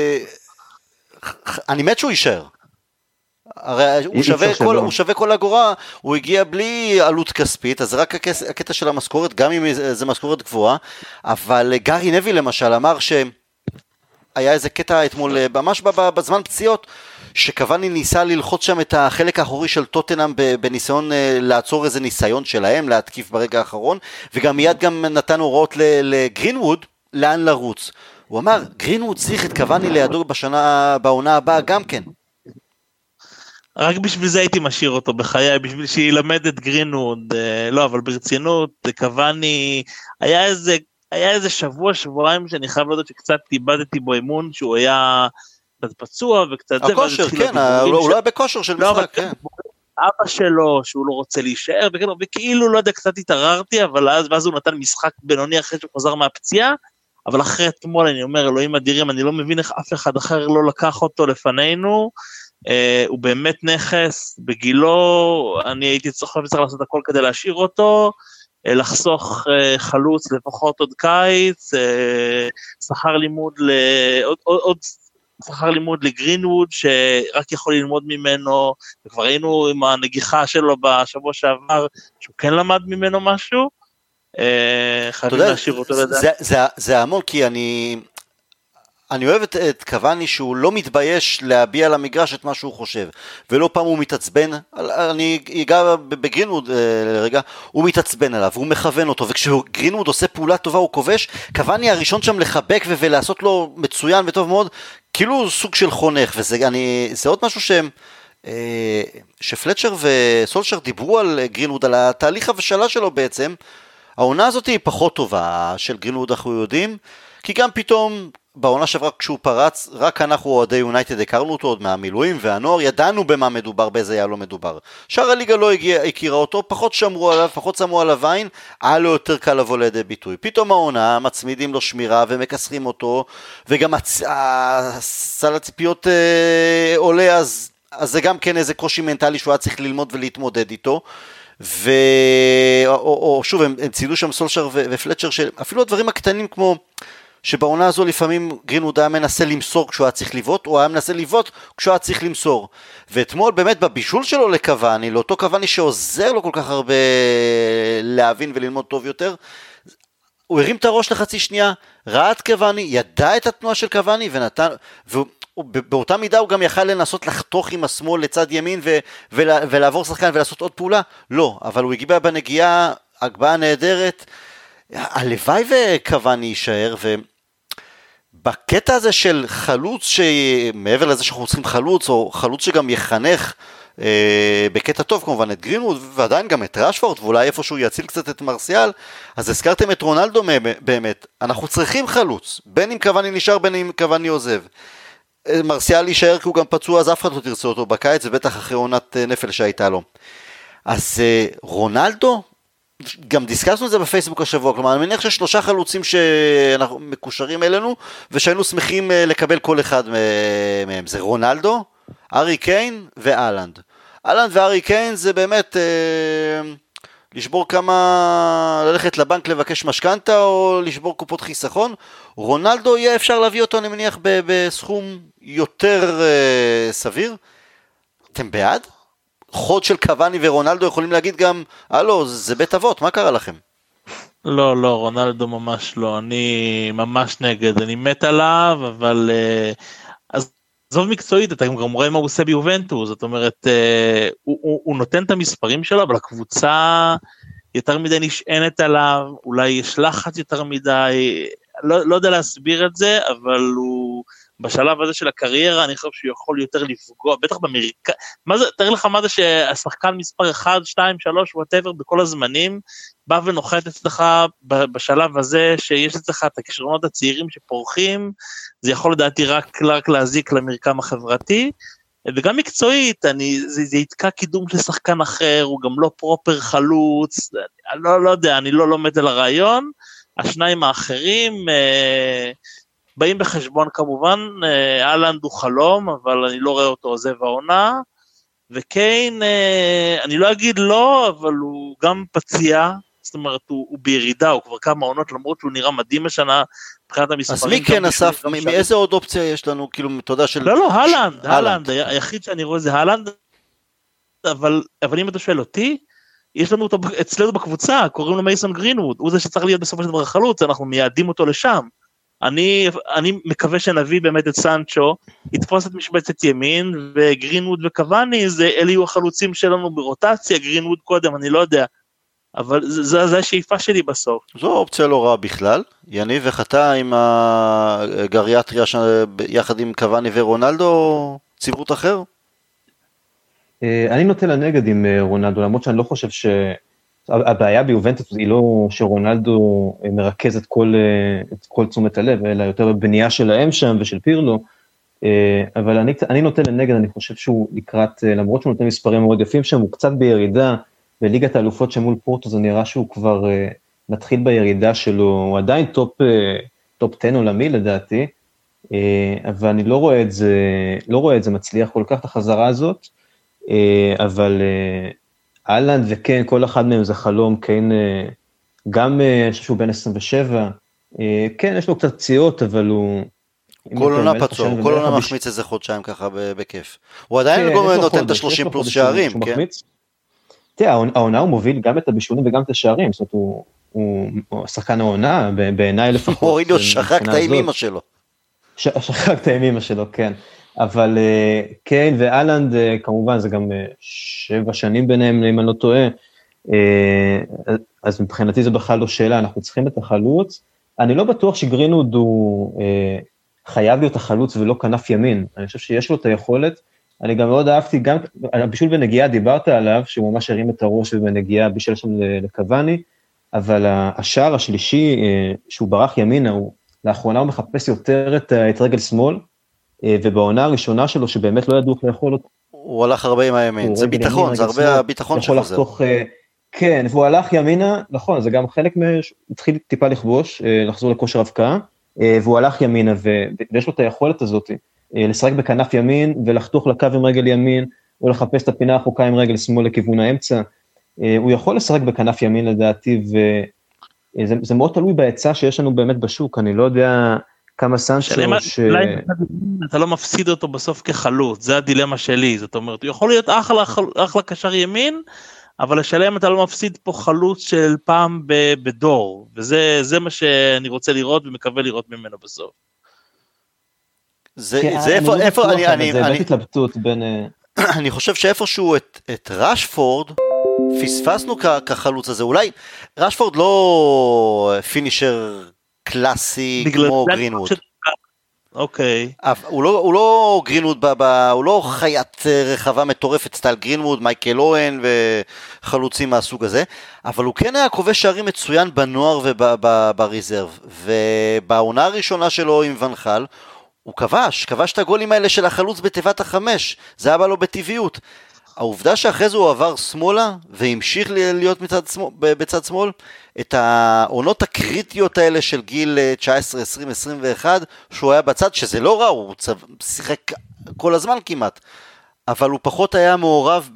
אני מת שהוא יישאר. הרי הוא שווה, כל, הוא שווה כל אגורה, הוא הגיע בלי עלות כספית, אז רק הקטע, הקטע של המשכורת, גם אם זה משכורת גבוהה, אבל גארי נבי למשל אמר שהיה איזה קטע אתמול, ממש בזמן פציעות, שקוואני ניסה ללחוץ שם את החלק האחורי של טוטנהאם בניסיון לעצור איזה ניסיון שלהם, להתקיף ברגע האחרון, וגם מיד גם נתן הוראות לגרינווד, לאן לרוץ. הוא אמר, גרינווד צריך את קוואני לידו בשנה, בעונה הבאה גם כן. רק בשביל זה הייתי משאיר אותו בחיי, בשביל שילמד את גרינווד, לא, אבל ברצינות, קוואני, היה איזה, היה איזה שבוע, שבועיים, שאני חייב לדעת שקצת איבדתי בו אמון, שהוא היה קצת פצוע וקצת זה. הכושר, כן, אולי בכושר של משחק, כן. אבא שלו, שהוא לא רוצה להישאר, וכאילו, לא יודע, קצת התעררתי, אבל אז, ואז הוא נתן משחק בינוני אחרי שהוא חזר מהפציעה, אבל אחרי אתמול, אני אומר, אלוהים אדירים, אני לא מבין איך אף אחד אחר לא לקח אותו לפנינו, Uh, הוא באמת נכס, בגילו אני הייתי צריך, צריך לעשות הכל כדי להשאיר אותו, uh, לחסוך uh, חלוץ לפחות עוד קיץ, uh, שכר לימוד, ל... עוד, עוד, עוד שכר לימוד לגרינווד, שרק יכול ללמוד ממנו, וכבר היינו עם הנגיחה שלו בשבוע שעבר, שהוא כן למד ממנו משהו, uh, חייבים להשאיר אותו לדעת. זה, זה, זה המון, כי אני... אני אוהב את, את קוואני שהוא לא מתבייש להביע למגרש את מה שהוא חושב, ולא פעם הוא מתעצבן, אני אגע בגרינווד לרגע, הוא מתעצבן עליו, הוא מכוון אותו, וכשגרינווד עושה פעולה טובה הוא כובש, קוואני הראשון שם לחבק ו- ולעשות לו מצוין וטוב מאוד, כאילו סוג של חונך, וזה אני, זה עוד משהו שהם, שפלצ'ר וסולשר דיברו על גרינווד, על התהליך הבשלה שלו בעצם, העונה הזאת היא פחות טובה של גרינווד, אנחנו יודעים, כי גם פתאום, בעונה שעברה כשהוא פרץ, רק אנחנו אוהדי יונייטד הכרנו אותו עוד מהמילואים והנוער, ידענו במה מדובר, באיזה היה לא מדובר. שאר הליגה לא הגיע, הכירה אותו, פחות שמרו עליו, פחות שמו עליו עין, היה לו יותר קל לבוא לידי ביטוי. פתאום העונה, מצמידים לו שמירה ומקסרים אותו, וגם הצ... סל הציפיות אה, עולה, אז אז זה גם כן איזה קושי מנטלי שהוא היה צריך ללמוד ולהתמודד איתו, ו... או, או, או שוב, הם, הם ציידו שם סולשר ו- ופלצ'ר, שאפילו הדברים הקטנים כמו, שבעונה הזו לפעמים גרינווד היה מנסה למסור כשהוא היה צריך לבעוט, או היה מנסה לבעוט כשהוא היה צריך למסור. ואתמול באמת בבישול שלו לקוואני, לאותו קוואני שעוזר לו כל כך הרבה להבין וללמוד טוב יותר, הוא הרים את הראש לחצי שנייה, ראה את קוואני, ידע את התנועה של קוואני, ונתן, ובאותה מידה הוא גם יכל לנסות לחתוך עם השמאל לצד ימין, ו, ולה, ולעבור שחקן ולעשות עוד פעולה, לא, אבל הוא הגיע בנגיעה, הגבהה נהדרת, הלוואי וקוואני יישאר, ובקטע הזה של חלוץ, שמעבר לזה שאנחנו צריכים חלוץ, או חלוץ שגם יחנך, אה, בקטע טוב כמובן את גרינווד, ועדיין גם את רשפורד, ואולי איפשהו יציל קצת את מרסיאל, אז הזכרתם את רונלדו באמת, אנחנו צריכים חלוץ, בין אם קוואני נשאר, בין אם קוואני עוזב, מרסיאל יישאר כי הוא גם פצוע, אז אף אחד לא תרצה אותו בקיץ, ובטח אחרי עונת נפל שהייתה לו. אז אה, רונלדו, גם דיסקסנו את זה בפייסבוק השבוע, כלומר אני מניח ששלושה חלוצים שאנחנו מקושרים אלינו, ושהיינו שמחים לקבל כל אחד מהם, זה רונלדו, ארי קיין ואלנד. אלנד וארי קיין זה באמת אה, לשבור כמה, ללכת לבנק לבקש משכנתה, או לשבור קופות חיסכון. רונלדו יהיה אפשר להביא אותו אני מניח ב- בסכום יותר אה, סביר. אתם בעד? חוד של קוואני ורונלדו יכולים להגיד גם, הלו, זה בית אבות, מה קרה לכם? לא, לא, רונלדו ממש לא, אני ממש נגד, אני מת עליו, אבל אז עזוב מקצועית, אתה גם רואה מה הוא עושה ביובנטוס, זאת אומרת, הוא, הוא, הוא נותן את המספרים שלו, אבל הקבוצה יותר מדי נשענת עליו, אולי יש לחץ יותר מדי, לא, לא יודע להסביר את זה, אבל הוא... בשלב הזה של הקריירה, אני חושב שהוא יכול יותר לפגוע, בטח באמריקה, מה זה, תאר לך מה זה שהשחקן מספר אחד, שתיים, שלוש, whatever, בכל הזמנים, בא ונוחת אצלך בשלב הזה, שיש אצלך את הכישרונות הצעירים שפורחים, זה יכול לדעתי רק, רק להזיק למרקם החברתי, וגם מקצועית, אני, זה, זה יתקע קידום של שחקן אחר, הוא גם לא פרופר חלוץ, אני לא, לא יודע, אני לא לומד על הרעיון, השניים האחרים, אה, באים בחשבון כמובן, אלנד הוא חלום, אבל אני לא רואה אותו עוזב העונה, וקיין, אני לא אגיד לא, אבל הוא גם פציע, זאת אומרת, הוא, הוא בירידה, הוא כבר כמה עונות, למרות שהוא נראה מדהים השנה, מבחינת המספרים. אז מי כן אסף, מאיזה עוד אופציה יש לנו, כאילו, תודה של... לא, לא, הלנד, הלנד, היחיד שאני רואה זה הלנד, אבל, אבל אם אתה שואל אותי, יש לנו אותו אצלנו בקבוצה, קוראים לו מייסון גרינווד, הוא זה שצריך להיות בסופו של דבר חלוץ, אנחנו מייעדים אותו לשם, אני, אני מקווה שנביא באמת את סנצ'ו, יתפוס את משבצת ימין, וגרינווד וקוואני, זה, אלה יהיו החלוצים שלנו ברוטציה, גרינווד קודם, אני לא יודע, אבל זה, זה השאיפה שלי בסוף. זו אופציה לא רעה בכלל, יניב וחתה עם הגריאטריה יחד עם קוואני ורונלדו, או ציוות אחר? אני נוטה לנגד עם רונלדו, למרות שאני לא חושב ש... הבעיה ביובנטוס היא לא שרונלדו מרכז את כל, את כל תשומת הלב, אלא יותר בבנייה שלהם שם ושל פירלו, אבל אני, אני נוטה לנגד, אני חושב שהוא לקראת, למרות שהוא נותן מספרים מאוד יפים שם, הוא קצת בירידה, בליגת האלופות שמול פורטו, זה נראה שהוא כבר מתחיל בירידה שלו, הוא עדיין טופ, טופ עשר עולמי לדעתי, אבל אני לא רואה את זה, לא רואה את זה מצליח כל כך את החזרה הזאת, אבל... אלנד וכן, כל אחד מהם זה חלום, כן, גם שהוא בן עשרים ושבע, כן, יש לו קצת פציעות, אבל הוא... כל עונה פצוע, כל עונה מחמיץ איזה חודשיים ככה בכיף. הוא עדיין נותן את ה-שלושים פלוס שערים, כן? תראה, העונה הוא מוביל גם את הבישולים וגם את השערים, זאת אומרת, הוא שחקן העונה, בעיניי לפחות. הוא הוריד לו שחק את האימא שלו. שחק את האימא שלו, כן. אבל קיין ואלנד, כמובן, זה גם שבע שנים ביניהם, אם אני לא טועה, אז מבחינתי זה בכלל לא שאלה, אנחנו צריכים את החלוץ, אני לא בטוח שגרינווד הוא חייב להיות החלוץ ולא כנף ימין, אני חושב שיש לו את היכולת, אני גם מאוד אהבתי, גם בישול בנגיעה דיברת עליו, שהוא ממש הרים את הראש ובנגיעה בישל שם לקוואני, אבל השער השלישי, שהוא ברח ימינה, הוא, לאחרונה הוא מחפש יותר את, את רגל שמאל, ובעונה הראשונה שלו, שבאמת לא ידעו איך לאכול אותו. הוא הלך הרבה עם הימין, זה ביטחון, זה הרבה הביטחון שחוזר. כן, והוא הלך ימינה, נכון, זה גם חלק, התחיל טיפה לכבוש, לחזור לכושר הבקעה, והוא הלך ימינה, ויש לו את היכולת הזאת, לשחק בכנף ימין ולחתוך לקו עם רגל ימין, או לחפש את הפינה החוקה עם רגל שמאל לכיוון האמצע. הוא יכול לשחק בכנף ימין לדעתי, וזה מאוד תלוי בהיצע שיש לנו באמת בשוק, אני לא יודע כמה סנצ'ו ש... אתה לא מפסיד אותו בסוף כחלוץ, זה הדילמה שלי, זאת אומרת, הוא יכול להיות אחלה, אחלה קשר ימין, אבל לשלם אתה לא מפסיד פה חלוץ של פעם בדור, וזה זה מה שאני רוצה לראות ומקווה לראות ממנו בסוף. זה איפה, איפה, אני, אני, זה באמת התלבטות בין... אני חושב שאיפשהו את, את רשפורד פספסנו כחלוץ הזה, אולי רשפורד לא פינישר קלאסי כמו גרינווד. אוקיי. הוא לא, הוא לא גרינווד, הוא לא חיית רחבה מטורפת, סטייל גרינווד, מייקל אוהן וחלוצים מהסוג הזה, אבל הוא כן היה כובש שערים מצוין בנוער ובריזרב, ובעונה הראשונה שלו עם ונחל, הוא כבש, כבש את הגולים האלה של החלוץ בתיבת החמש, זה היה בא לו בטבעיות. העובדה שאחרי זה הוא עבר שמאלה, והמשיך להיות מצד שמאל, בצד שמאל, את העונות הקריטיות האלה של גיל תשע עשרה, עשרים, עשרים ואחת, שהוא היה בצד, שזה לא רע, הוא שיחק כל הזמן כמעט, אבל הוא פחות היה מעורב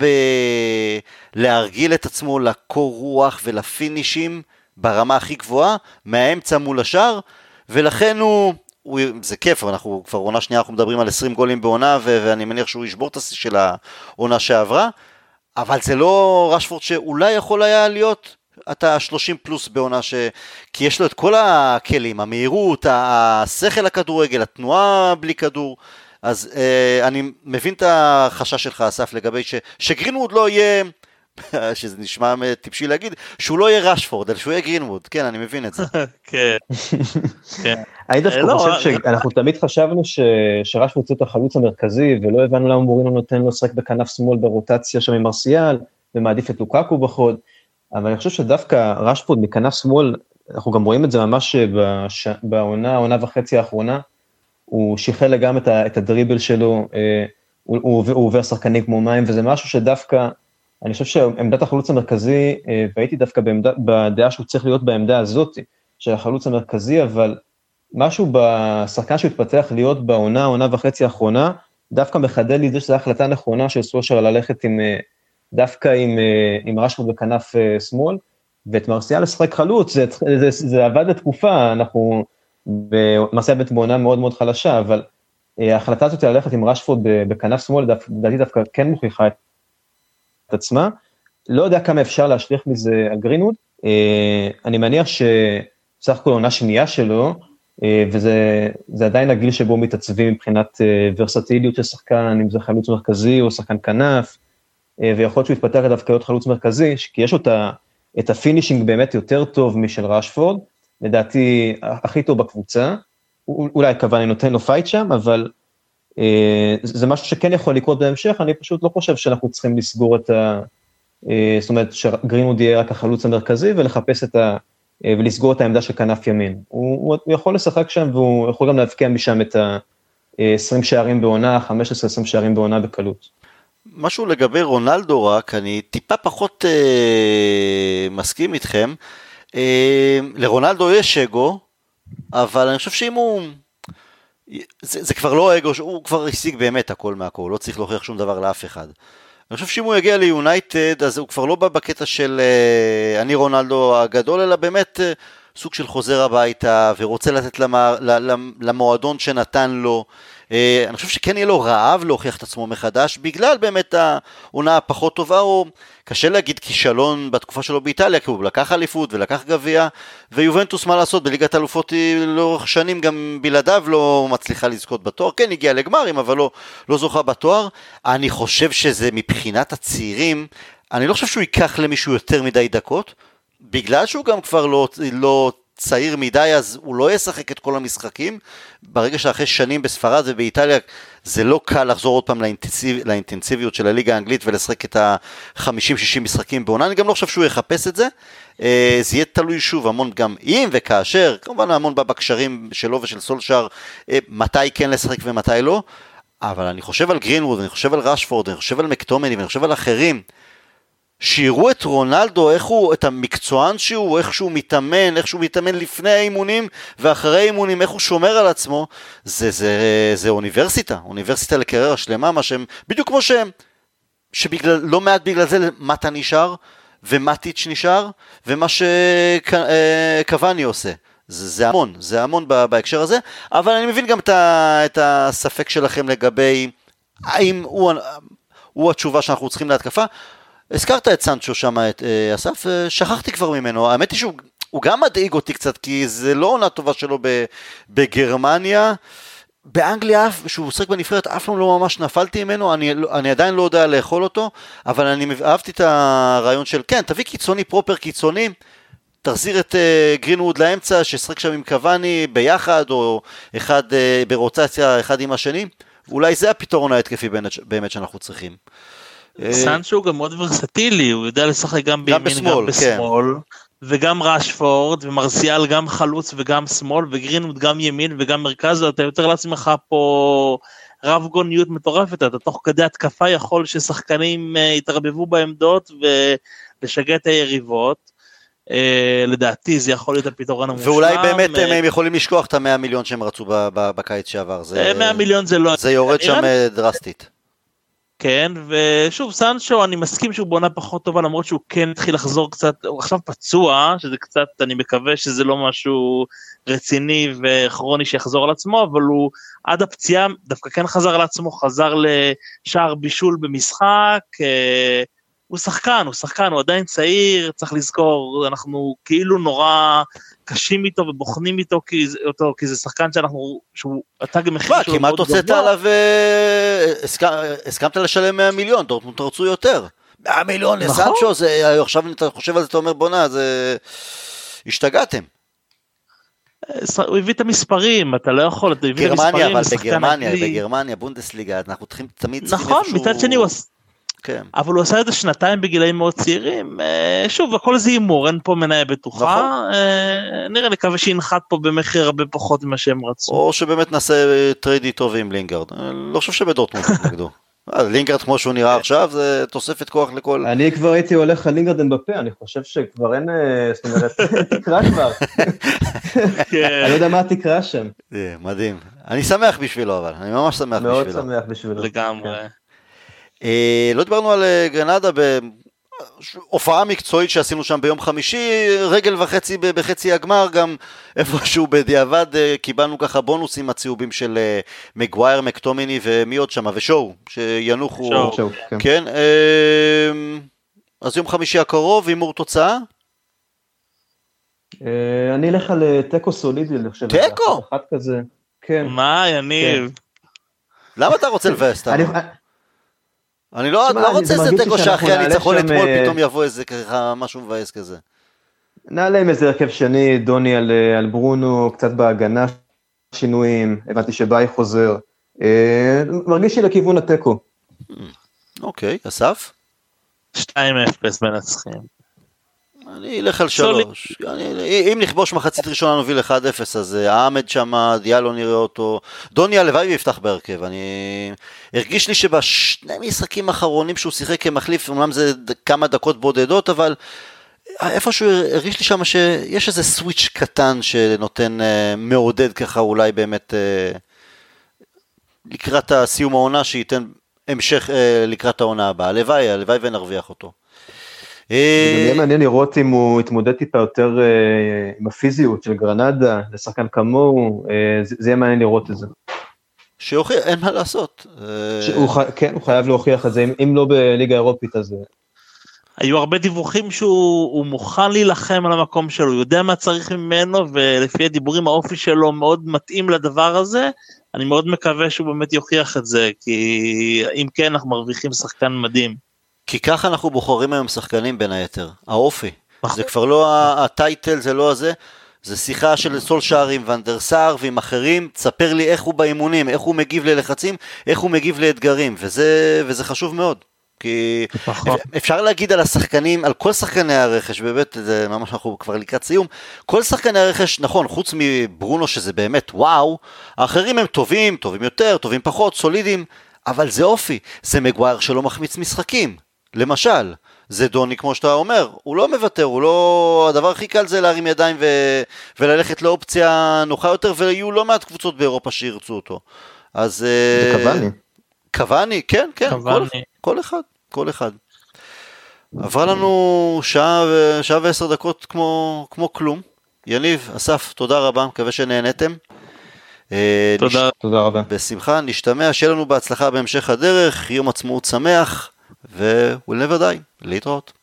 בלהרגיל את עצמו לקור רוח ולפינישים ברמה הכי גבוהה, מהאמצע מול השאר, ולכן הוא... הוא, זה כיף, אנחנו כבר עונה שנייה, אנחנו מדברים על עשרים גולים בעונה, ו- ואני מניח שהוא ישבור את השיא של העונה שעברה, אבל זה לא רשפורד שאולי יכול היה להיות אתה שלושים פלוס בעונה, ש... כי יש לו את כל הכלים, המהירות, השכל הכדורגל, התנועה בלי כדור, אז אה, אני מבין את החשש שלך, אסף, לגבי ש... שגרינווד לא יהיה, שזה נשמע טיפשי להגיד, שהוא לא יהיה רשפורד, אלא שהוא יהיה גרינווד, כן, אני מבין את זה. כן, כן. אני דווקא חושב שאנחנו תמיד חשבנו שרשפורד זה את החלוץ המרכזי, ולא הבנו למה מורינו נותן לו לשחק בכנף שמאל ברוטציה שם עם מרסיאל, ומעדיף את לוקאקו בחוד, אבל אני חושב שדווקא רשפורד מכנף שמאל, אנחנו גם רואים את זה ממש בעונה, העונה וחצי האחרונה, הוא שיחל לגמרי את הדריבל שלו, הוא עובר שחקנים כמו מים, וזה משהו שדווקא, אני חושב שעמדת החלוץ המרכזי, והייתי דווקא בדעה שהוא צריך להיות בעמדה הזאת, של החלוץ המרכזי, אבל משהו בשחקן שהתפתח להיות בעונה, העונה וחצי האחרונה, דווקא מחדד לי זה שזו החלטה נכונה של סושר ללכת עם, דווקא עם, עם רשפורד בכנף שמאל, ואת מרסיאל לשחק חלוץ, זה, זה, זה עבד לתקופה, אנחנו, מרסיאל בית בעונה מאוד מאוד חלשה, אבל ההחלטה הזאת ללכת עם רשפורד בכנף שמאל, לדעתי דווקא כן מוכיחה את עצמה, לא יודע כמה אפשר להשליך מזה על גרינווד, אני מניח שסך הכל עונה שנייה שלו, וזה זה עדיין הגיל שבו מתעצבים מבחינת ורסטיליות של שחקן, אם זה חלוץ מרכזי או שחקן כנף, ויכול להיות שהוא יתפתח דווקא להיות חלוץ מרכזי, כי יש אותה, את הפינישינג באמת יותר טוב משל רשפורד, לדעתי הכי טוב בקבוצה, אולי כוון אני נותן לו פייט שם, אבל זה משהו שכן יכול לקרות בהמשך, אני פשוט לא חושב שאנחנו צריכים לסגור את ה... זאת אומרת שגרינווד יהיה רק החלוץ המרכזי, ולחפש את ה... ולסגור את העמדה של כנף ימין. הוא, הוא יכול לשחק שם, והוא יכול גם להבקיע משם את ה-עשרים שערים בעונה, חמש עשרה עשרים שערים בעונה בקלות. משהו לגבי רונלדו רק, אני טיפה פחות אה, מסכים איתכם, אה, לרונלדו יש אגו, אבל אני חושב שאם הוא, זה, זה כבר לא אגו, הוא כבר השיג באמת הכל מהכל, לא צריך להוכיח שום דבר לאף אחד. אני חושב שאם הוא יגיע ליונייטד, אז הוא כבר לא בא בקטע של אה, אני רונלדו הגדול, אלא באמת אה, סוג של חוזר הביתה, ורוצה לתת למה, למועדון שנתן לו. אה, אני חושב שכן יהיה לו רעב להוכיח את עצמו מחדש, בגלל באמת העונה הפחות טובה, או קשה להגיד כישלון בתקופה שלו באיטליה, כי הוא לקח אליפות ולקח גביע, ויובנטוס מה לעשות, בליגת אלופות לאורך שנים גם בלעדיו לא מצליחה לזכות בתואר, כן הגיע לגמרים, אבל לא, לא זוכה בתואר. אני חושב שזה מבחינת הצעירים, אני לא חושב שהוא ייקח למישהו יותר מדי דקות, בגלל שהוא גם כבר לא, לא צעיר מדי, אז הוא לא ישחק את כל המשחקים, ברגע שאחרי שנים בספרד ובאיטליה, זה לא קל לחזור עוד פעם לאינטנסיב, לאינטנסיביות של הליגה האנגלית, ולשחק את ה-חמישים שישים משחקים בעונה, אני גם לא חושב שהוא יחפש את זה, זה יהיה תלוי שוב המון גם אם וכאשר, כמובן המון בקשרים שלו ושל סולשר, מתי כן לשחק ומתי לא, אבל אני חושב על גרינווד, אני חושב על רשפורד, אני חושב על מקטומני, ואני חושב על אחרים, שיראו את רונלדו, איך הוא, את המקצוען שהוא, איך שהוא מתאמן, איך שהוא מתאמן לפני האימונים ואחרי האימונים, איך הוא שומר על עצמו, זה, זה, זה אוניברסיטה, אוניברסיטה לקריירה שלמה, מה שהם, בדיוק כמו שהם, שבגלל, לא מעט בגלל זה מטה נשאר, ומטיץ' נשאר, ומה שקוואני עושה. זה, זה המון, זה המון בהקשר הזה, אבל אני מבין גם את, ה, את הספק שלכם לגבי, האם הוא, הוא התשובה שאנחנו צריכים להתקפה. הזכרת את סנצ'ו שם, את אה, אסף, אה, שכחתי כבר ממנו, האמת היא שהוא הוא גם מדאיג אותי קצת, כי זה לא עונה טובה שלו ב, בגרמניה, באנגליה, שהוא עוסק בנבחרת, אף פעם לא ממש נפלתי ממנו, אני, אני עדיין לא יודע לאכול אותו, אבל אני אהבתי את הרעיון של, כן, תביא קיצוני, פרופר קיצוני, תחזיר את uh, גרינווד לאמצע, ששחק שם עם קוואני ביחד, או אחד uh, ברוטציה, אחד עם השני, ואולי זה הפתרון ההתקפי באמת שאנחנו צריכים. סנצ'ו הוא גם מאוד ורסטילי, הוא יודע לשחק גם בימין, גם בשמאל, וגם רשפורד ומרסיאל גם חלוץ וגם שמאל, וגרינווד גם ימין וגם מרכז, אתה יותר לעצמך פה רב גוניות מטורפת, אתה תוך כדי התקפה יכול ששחקנים יתערבבו בעמדות ולשגע את היריבות, לדעתי זה יכול להיות הפתרון המושלם. ואולי באמת הם יכולים לשכוח את המאה מיליון שהם רצו בקיץ שעבר, מאה מיליון זה לא... זה יורד שם דרסטית. כן, ושוב, סנצ'ו, אני מסכים שהוא בעונה פחות טובה, למרות שהוא כן התחיל לחזור קצת, הוא עכשיו פצוע, שזה קצת, אני מקווה שזה לא משהו רציני וכרוני שיחזור על עצמו, אבל הוא עד הפציעה דווקא כן חזר על עצמו, חזר לשער בישול במשחק, הוא שחקן, הוא שחקן, הוא עדיין צעיר, צריך לזכור, אנחנו כאילו נורא קשים איתו ובוחנים איתו, כי, אותו, כי זה שחקן שאנחנו, שהוא התג המחיר שלו כמעט הוצאת עליו, הסכמת לשלם מאה מיליון, דורטמונד רצו יותר, מאה מיליון לסנצ'ו, עכשיו אתה חושב על זה, אתה אומר בונה, זה השתגעתם. הוא הביא את המספרים, אתה לא יכול, אתה הביא את המספרים, גרמניה, אבל בגרמניה, בגרמניה, בונדסליגה, אנחנו תמיד צריכים נכון, מצד שני הוא כן. אבל הוא עשה את זה שנתיים בגילאים מאוד צעירים, שוב, הכל זה אימור, אין פה מניה בטוחה, נכון. נראה לקווה שינחת פה במחיר הרבה פחות ממה שהם רצו. או שבאמת נעשה טריידי טוב עם לינגרד, לא חושב שבדורטמונד נגדו. לינגרד כמו שהוא נראה עכשיו, זה תוספת כוח לכל... אני כבר הייתי הולך על לינגרד בפה, אני חושב שכבר אין, זאת אומרת, תקרא כבר. אני לא יודע מה תקרא שם. מדהים. אני שמח בשבילו, אבל, אני ממש שמח בשבילו. מאוד שמח בשבילו. לגמרי. לא דיברנו על גרנדה בהופעה מקצועית שעשינו שם ביום חמישי, רגל וחצי בחצי הגמר, גם איפשהו בדיעבד קיבלנו ככה בונוסים הצהובים של מגווייר, מקטומיני ומי עוד שם, ושואו, שינוחו. שואו, כן. כן, אז יום חמישי הקרוב, אימור תוצאה? אני אלך על טקו סולידי, אני חושב. טקו? אחת כזה, כן. מה, יניב? למה אתה רוצה לבאס? אני לא רוצה איזה תיקו שאחרי הניצחון אתמול פתאום יבוא איזה ככה משהו מבאס כזה. נעלה עם איזה הרכב שני, דוני על ברונו, קצת בהגנה שינויים, הבנתי שבאי חוזר, מרגיש לי לכיוון התיקו. אוקיי, אסף? שתיים אפס מנצחים. אני אלך על שלוש, אם נכבוש מחצית ראשונה נוביל אחד אפס, אז העמד שם, דיאלו נראה אותו, דוני הלוואי ויפתח בהרכב, אני הרגיש לי שבשני משחקים האחרונים שהוא שיחק כמחליף, אומנם זה כמה דקות בודדות, אבל איפשהו הרגיש לי שם שיש איזה סוויץ' קטן שנותן מעודד ככה אולי באמת לקראת הסיום העונה, שייתן המשך לקראת העונה הבאה, הלוואי, הלוואי ונרוויח אותו. זה גם יהיה מעניין לראות אם הוא יתמודד טיפה יותר עם הפיזיות של גרנדה, לשחקן כמוהו, זה יהיה מעניין לראות את זה. שיוכיח, אין מה לעשות. כן, הוא חייב להוכיח את זה, אם לא בליגה האירופית הזה. היו הרבה דיווחים שהוא מוכן להילחם על המקום שלו, הוא יודע מה צריך ממנו, ולפי הדיבורים האופי שלו מאוד מתאים לדבר הזה, אני מאוד מקווה שהוא באמת יוכיח את זה, כי אם כן אנחנו מרוויחים שחקן מדהים. כי ככה אנחנו בוחרים היום שחקנים בין היתר, האופי, זה כבר לא הטייטל, זה לא הזה, זה שיחה של סולשאר עם ונדרסאר ועם אחרים, תספר לי איך הוא באימונים, איך הוא מגיב ללחצים, איך הוא מגיב לאתגרים, וזה, וזה חשוב מאוד, כי אפשר להגיד על השחקנים, על כל שחקני הרכש, באמת זה ממש אנחנו כבר לקראת סיום, כל שחקני הרכש, נכון, חוץ מברונו שזה באמת וואו, האחרים הם טובים, טובים יותר, טובים פחות, סולידים, אבל זה אופי, זה מגווייר שלא מחמיץ משחקים, למשל, זה דוני כמו שאתה אומר, הוא לא מוותר, הוא לא, הדבר הכי קל זה להרים ידיים ו... וללכת לאופציה נוחה יותר, ויהיו לא מעט קבוצות באירופה שירצו אותו. אז... זה קוואני. קוואני, כן, כן, כל, כל אחד, כל אחד. עברה לנו שעה, שעה ועשר דקות כמו, כמו כלום. יניב, אסף, תודה רבה, מקווה שנהנתם. תודה. נש... תודה רבה. בשמחה, נשתמע, שיהיה לנו בהצלחה בהמשך הדרך, יום עצמאות שמח, ו- we'll never die. להתראות.